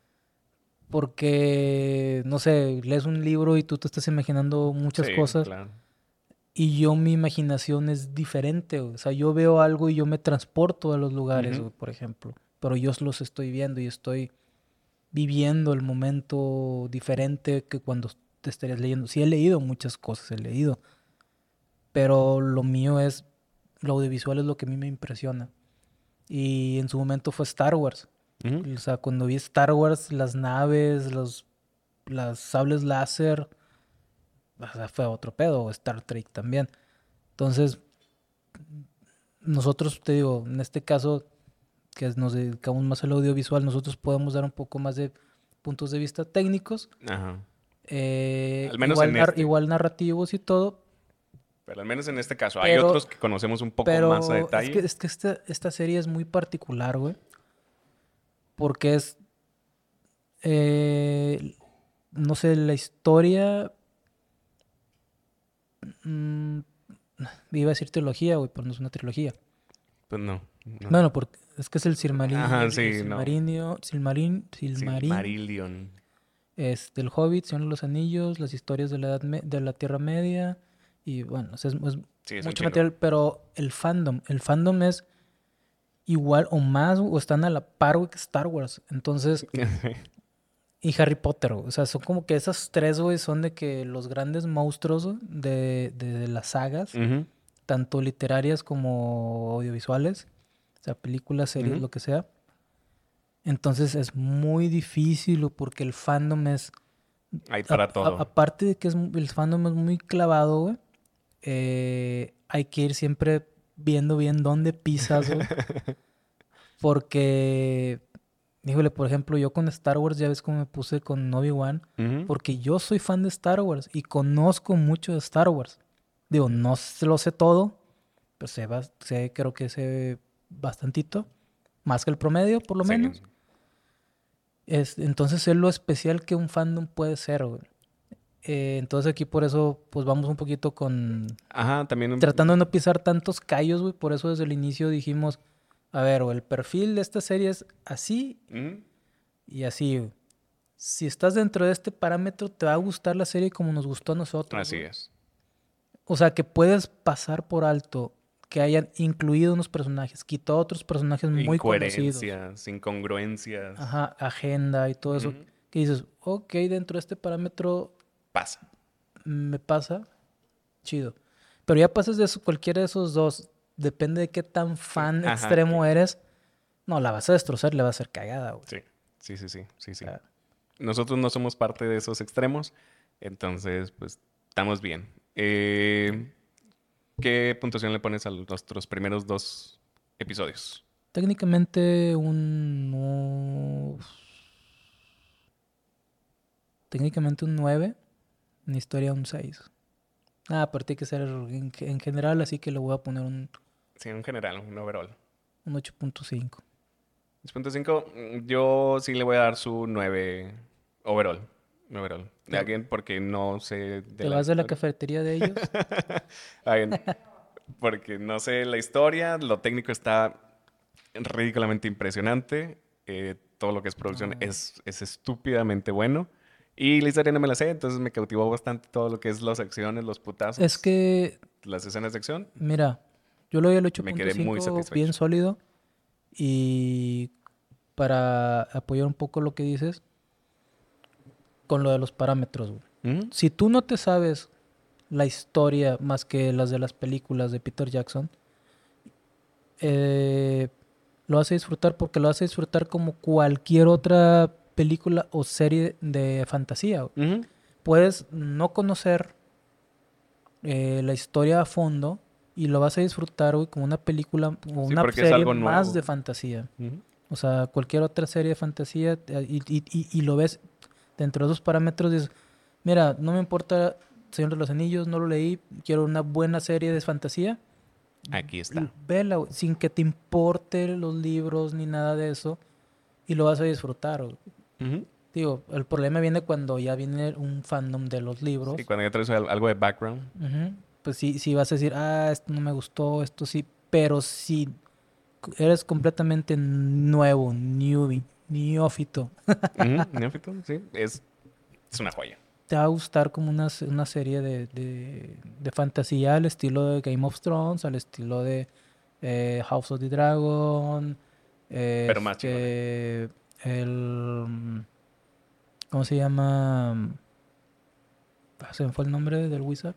porque, no sé, lees un libro y tú te estás imaginando muchas Sí, cosas claro. y yo mi imaginación es diferente, güey. O sea, yo veo algo y yo me transporto a los lugares, Ujú. güey, por ejemplo, pero yo los estoy viendo y estoy viviendo el momento diferente que cuando te estarías leyendo. Sí, he leído muchas cosas, he leído, pero lo mío es, lo audiovisual es lo que a mí me impresiona. Y en su momento fue Star Wars. Ujú. O sea, cuando vi Star Wars, las naves, las sables láser, o sea, fue otro pedo, o Star Trek también. Entonces, nosotros, te digo, en este caso, que nos dedicamos más al audiovisual, nosotros podemos dar un poco más de puntos de vista técnicos, Ajá. Al menos en igual narrativos y todo, pero al menos en este caso. Hay pero, otros que conocemos un poco más a pero detalle. es que esta serie es muy particular, güey, porque eh, no sé, la historia, mm, iba a decir trilogía, güey, pero no es una trilogía. Pues no. Bueno, porque es que es el Silmarillion, Ajá, sí, no. Silmarín, Marillion. el Hobbit, Señor de los Anillos, las historias de de la Tierra Media, y bueno, o sea, es Sí, es un mucho chingo. material, pero el fandom es igual o más, o están a la par, güey, que Star Wars. Entonces, y Harry Potter, güey. O sea, son como que esas tres, güey, son de que los grandes monstruos güey, de las sagas, Ujú, tanto literarias como audiovisuales, o sea, películas, series, ujú. lo que sea. Entonces es muy difícil, güey, porque el fandom es, Hay para todo. aparte de que el fandom es muy clavado, güey, hay que ir siempre viendo bien dónde pisas, güey, porque híjole, por ejemplo, yo con Star Wars ya ves cómo me puse con Obi-Wan, Ujú. porque yo soy fan de Star Wars y conozco mucho de Star Wars. Digo, no lo sé todo, pero creo que sé bastantito, más que el promedio, por lo Sí. menos. Entonces es lo especial que un fandom puede ser, güey. Entonces aquí por eso, pues vamos un poquito Ajá, también. tratando de no pisar tantos callos, güey. Por eso desde el inicio dijimos, a ver, güey, el perfil de esta serie es así Ujú. y así, güey. Si estás dentro de este parámetro, te va a gustar la serie como nos gustó a nosotros, Así güey. es. O sea, que puedes pasar por alto que hayan incluido unos personajes, quitado otros personajes muy conocidos. Incoherencias, incongruencias. Ajá, agenda y todo eso. Ujú. Que dices, ok, dentro de este parámetro Pasa. me pasa, chido. Pero ya pasas de eso, cualquiera de esos dos, depende de qué tan fan Ajá, extremo eres. No, la vas a destrozar, le va a hacer cagada, güey. sí. Sí. O Nosotros no somos parte de esos extremos, entonces, pues, estamos bien. ¿Qué puntuación le pones a nuestros primeros dos episodios? técnicamente técnicamente un 9, una historia un 6. Ah, pero tiene que ser en general, así que le voy a poner Sí, en general, un overall. un 8.5. 10.5, yo sí le voy a dar su 9 overall. Overall. De ¿Te, alguien porque no sé de te la vas de la historia. cafetería de ellos? Alguien porque no sé la historia, lo técnico está ridículamente impresionante. Todo lo que es producción No. es estúpidamente bueno. Y la historia no me la sé, entonces me cautivó bastante todo lo que es las acciones, los Es putazos, que, las escenas de acción. mira, yo le doy el Me quedé muy 8.5 bien satisfecho. sólido y para apoyar un poco lo que dices con lo de los parámetros, güey. Ujú, Si tú no te sabes la historia más que las de las películas de Peter Jackson, eh, lo vas a disfrutar porque lo vas a disfrutar como cualquier otra película o serie de fantasía, güey. ujú. Puedes no conocer la historia a fondo y lo vas a disfrutar, güey, como una película o Sí, una porque es serie algo más nuevo. de fantasía. Ujú. O sea, cualquier otra serie de fantasía y lo ves dentro de esos parámetros. Dices, mira, no me importa Señor de los Anillos, no lo leí, quiero una buena serie de fantasía. Aquí está. Vela, güey, sin que te importe los libros ni nada de eso y lo vas a disfrutar, güey. Ujú. Digo, el problema viene cuando ya viene un fandom de los Sí, libros. cuando ya traes algo de background. Ujú. Pues sí, sí vas a decir, ah, esto no me gustó, esto sí, pero si eres completamente nuevo, neófito, Ujú, neófito, sí, es una joya. te va a gustar como una serie de fantasía al estilo de Game of Thrones, al estilo de House of the Dragon, Pero más chingona. el, ¿cómo se llama? Se me fue el nombre del Wizard,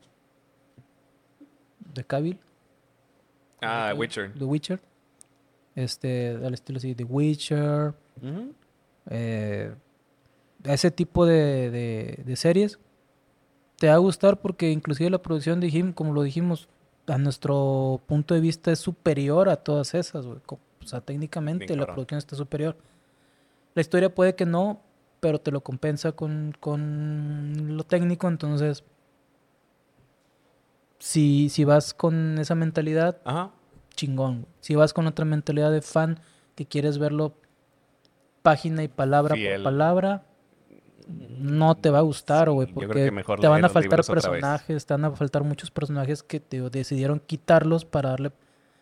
de Cavill, Henry Ah, Cavill, Witcher. The Witcher, al estilo así, The Witcher, Ujú. eh, ese tipo de series te va a gustar porque inclusive la producción, como lo dijimos, a nuestro punto de vista es superior a todas esas, güey. O sea, Bien técnicamente la cabrón. producción está superior. La historia puede que no, pero te lo compensa con lo técnico. Entonces, si vas con esa mentalidad, Ajá. chingón, güey. Si vas con otra mentalidad de fan que quieres verlo página y palabra por Fiel. palabra, no te va a gustar, güey, Sí, yo creo que porque mejor te van lee a los faltar libros otra vez. personajes, te van a faltar muchos personajes que decidieron quitarlos para darle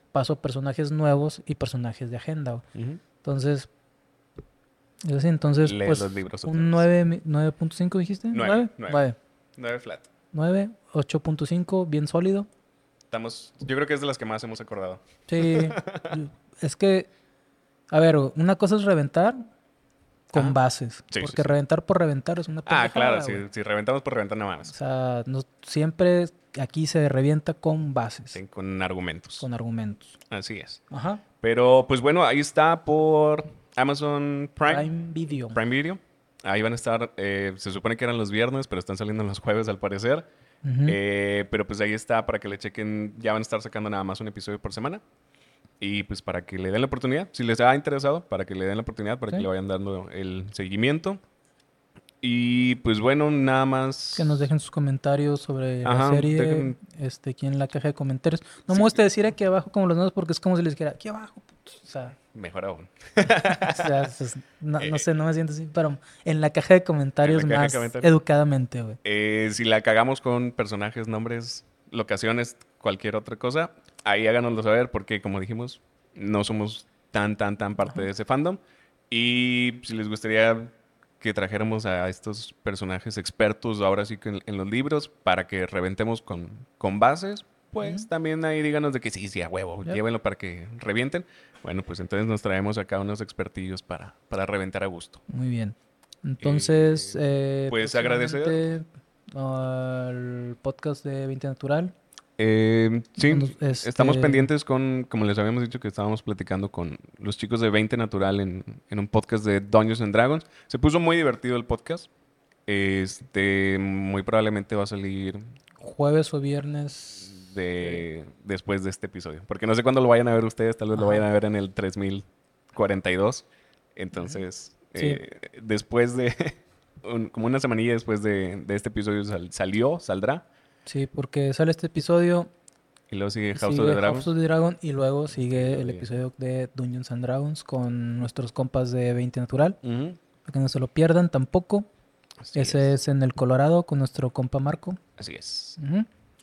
paso a personajes nuevos y personajes de agenda, güey. Ujú. Entonces, es así, entonces, Lee pues, los libros otra un vez. 9.5 dijiste, 9, 9, 9. 9 flat. 9, 8.5, bien sólido. Yo creo que es de las que más hemos acordado. Sí, es que, a ver, una cosa es reventar con Ajá. bases, Sí, porque sí, sí. reventar por reventar es una Ah, claro, pendejada, güey. si reventamos por reventar nada O más. sea, siempre aquí se revienta con bases, Sí, con argumentos. con argumentos. Así es. Ajá. Pero, pues bueno, ahí está por Amazon Prime, Prime Video. Prime Video. Ahí van a estar, se supone que eran los viernes, pero están saliendo los jueves al parecer. Ujú. Pero pues ahí está para que le chequen. Ya van a estar sacando nada más un episodio por semana. Y pues para que le den la oportunidad, si les ha interesado, para que le den la oportunidad, para que Sí. le vayan dando el seguimiento. Y pues bueno, nada más. Que nos dejen sus comentarios sobre la Ajá, serie, aquí en la caja de comentarios. No me Sí. gusta decir aquí abajo como los nuevos porque es como si les dijera aquí abajo, putos. O sea, Mejor aún. no sé, no me siento así, pero en la caja de comentarios caja de más comentarios. educadamente, güey. Si la cagamos con personajes, nombres, locaciones, cualquier otra cosa, ahí háganoslo saber porque, como dijimos, no somos tan parte de ese fandom. Y si les gustaría que trajéramos a estos personajes expertos ahora sí que en los libros para que reventemos con bases, pues también ahí díganos de que sí, a huevo, Yep. llévenlo para que revienten. Bueno, pues entonces nos traemos acá unos expertillos para reventar a gusto. Muy bien. Entonces, pues agradecer. próximamente, al podcast de 20 Natural. Sí, Cuando, estamos pendientes como les habíamos dicho que estábamos platicando con los chicos de 20 Natural en un podcast de Dungeons and Dragons. Se puso muy divertido el podcast. Muy probablemente va a salir Jueves o viernes. después de este episodio. Porque no sé cuándo lo vayan a ver ustedes, tal vez lo Ajá. vayan a ver en el 3042. Entonces, Sí. después de, como una semanilla después de este episodio saldrá. Sí, porque sale este episodio, Y luego sigue House sigue of the Dragon. House of the Dragon y luego sigue el Sí. episodio de Dungeons and Dragons con nuestros compas de 20 Natural. Ujú. Para que no se lo pierdan tampoco. Así Ese es en el Colorado con nuestro compa Marco. Así es. Ujú.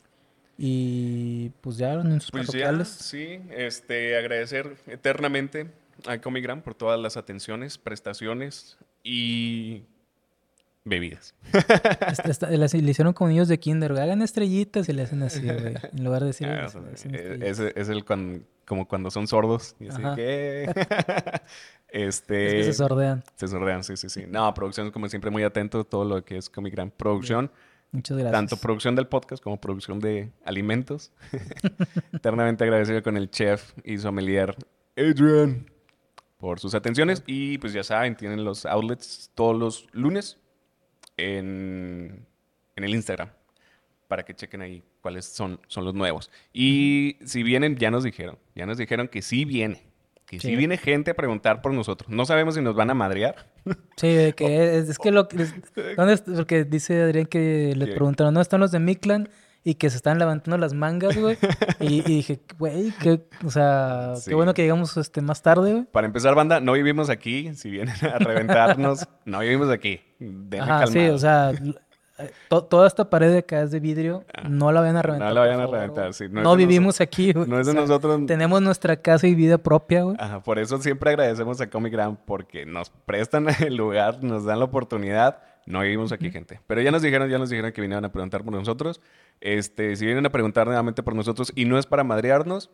Y pues ya anuncios Pues ya, parroquiales. sí, agradecer eternamente a Comigram por todas las atenciones, prestaciones y bebidas. Le hicieron con niños de kinder, güey. Hagan estrellitas y le hacen así, güey. En lugar de decir, Ah, o sea, hacen estrellitas. ese es como cuando son sordos. Y así Ajá. que... Es que se sordean. Se sordean, sí. No, producción, como siempre, muy atento a todo lo que es Comigram Producción. Muchas gracias. Tanto producción del podcast como producción de alimentos. Eternamente agradecido con el chef y sommelier Adrian por sus atenciones. Y pues ya saben, tienen los outlets todos los lunes en el Instagram para que chequen ahí cuáles son los nuevos. Y si vienen, ya nos dijeron que sí viene. Que sí Sí. viene gente a preguntar por nosotros. No sabemos si nos van a madrear. Sí, de que es que ¿dónde porque dice Adrián que le ¿Qué? preguntaron, ¿dónde están los de Mictlan? Y que se están levantando las mangas, güey. Y dije, güey, o sea, Sí. qué bueno que llegamos más tarde, güey. Para empezar, banda, no vivimos aquí. Si vienen a reventarnos, no vivimos aquí. Denme Ajá, sí, calmados. o sea, toda esta pared de acá es de vidrio. No la vayan a No reventar. la vayan por a favor, reventar, güey. sí. No es de vivimos aquí, güey. No es O de sea, nosotros. tenemos nuestra casa y vida propia, güey. Ajá, por eso siempre agradecemos a Comigram porque nos prestan el lugar, nos dan la oportunidad. No vivimos aquí, gente. Pero ya nos dijeron que vinieron a preguntar por nosotros. Si vienen a preguntar nuevamente por nosotros y no es para madrearnos,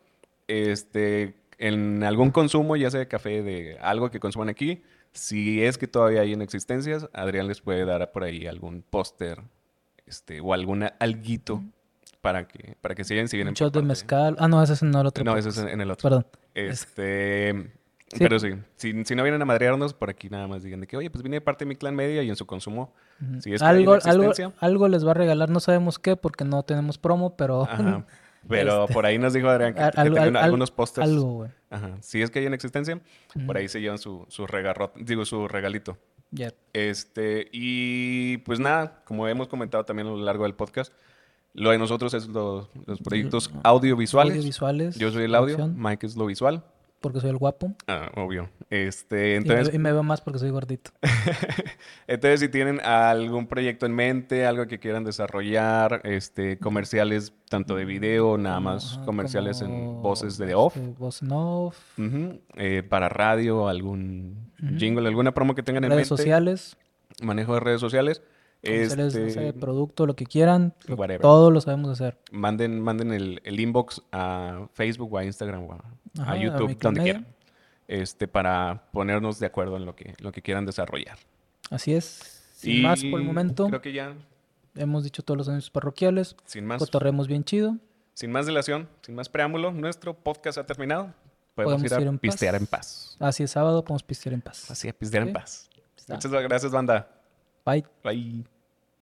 en algún consumo, ya sea de café, de algo que consuman aquí, si es que todavía hay en existencias, Adrián les puede dar por ahí algún póster, o alguna alguito para que sigan si vienen Un shot por de parte mezcal. Ah, no, ese es en el otro No, ese es podcast. en el otro. Perdón. Sí. Pero sí, si no vienen a madrearnos, por aquí nada más digan de que, oye, pues vine de parte de mi clan media y en su consumo, si es que hay en existencia. Algo les va a regalar, no sabemos qué, porque no tenemos promo, pero... Ajá. Pero Este, por ahí nos dijo Adrián que tenían algunos pósters. Algo, güey. Ajá. Si es que hay en existencia, por ahí se llevan su regalito. Ya. Y pues nada, como hemos comentado también a lo largo del podcast, lo de nosotros es los proyectos audiovisuales. Audiovisuales. Yo soy el audio, producción. Mike es lo visual. porque soy el guapo. Obvio. Y Entonces, me veo más porque soy gordito. entonces, si tienen algún proyecto en mente, algo que quieran desarrollar, comerciales tanto de video, nada más comerciales en voces de off, Voz en off, ujú, para radio, algún ujú, jingle, alguna promo que tengan en redes mente, sociales, manejo de redes sociales, comerciales, no sé, producto, lo que quieran, whatever. todo lo sabemos hacer. Manden el inbox a Facebook o a Instagram o a Ajá, a YouTube, Miclan donde Media. quieran, para ponernos de acuerdo en lo que quieran desarrollar. Así es. Sin más por el Y momento, creo que ya, hemos dicho todos los anuncios parroquiales. sin más, Cotorremos bien chido. sin más dilación, sin más preámbulo, nuestro podcast ha terminado. Podemos ir Podemos a ir en pistear en paz. paz. Así es sábado, podemos pistear en paz. Así, a pistear en ¿Ok? paz. Está. Muchas gracias, banda. Bye. Bye.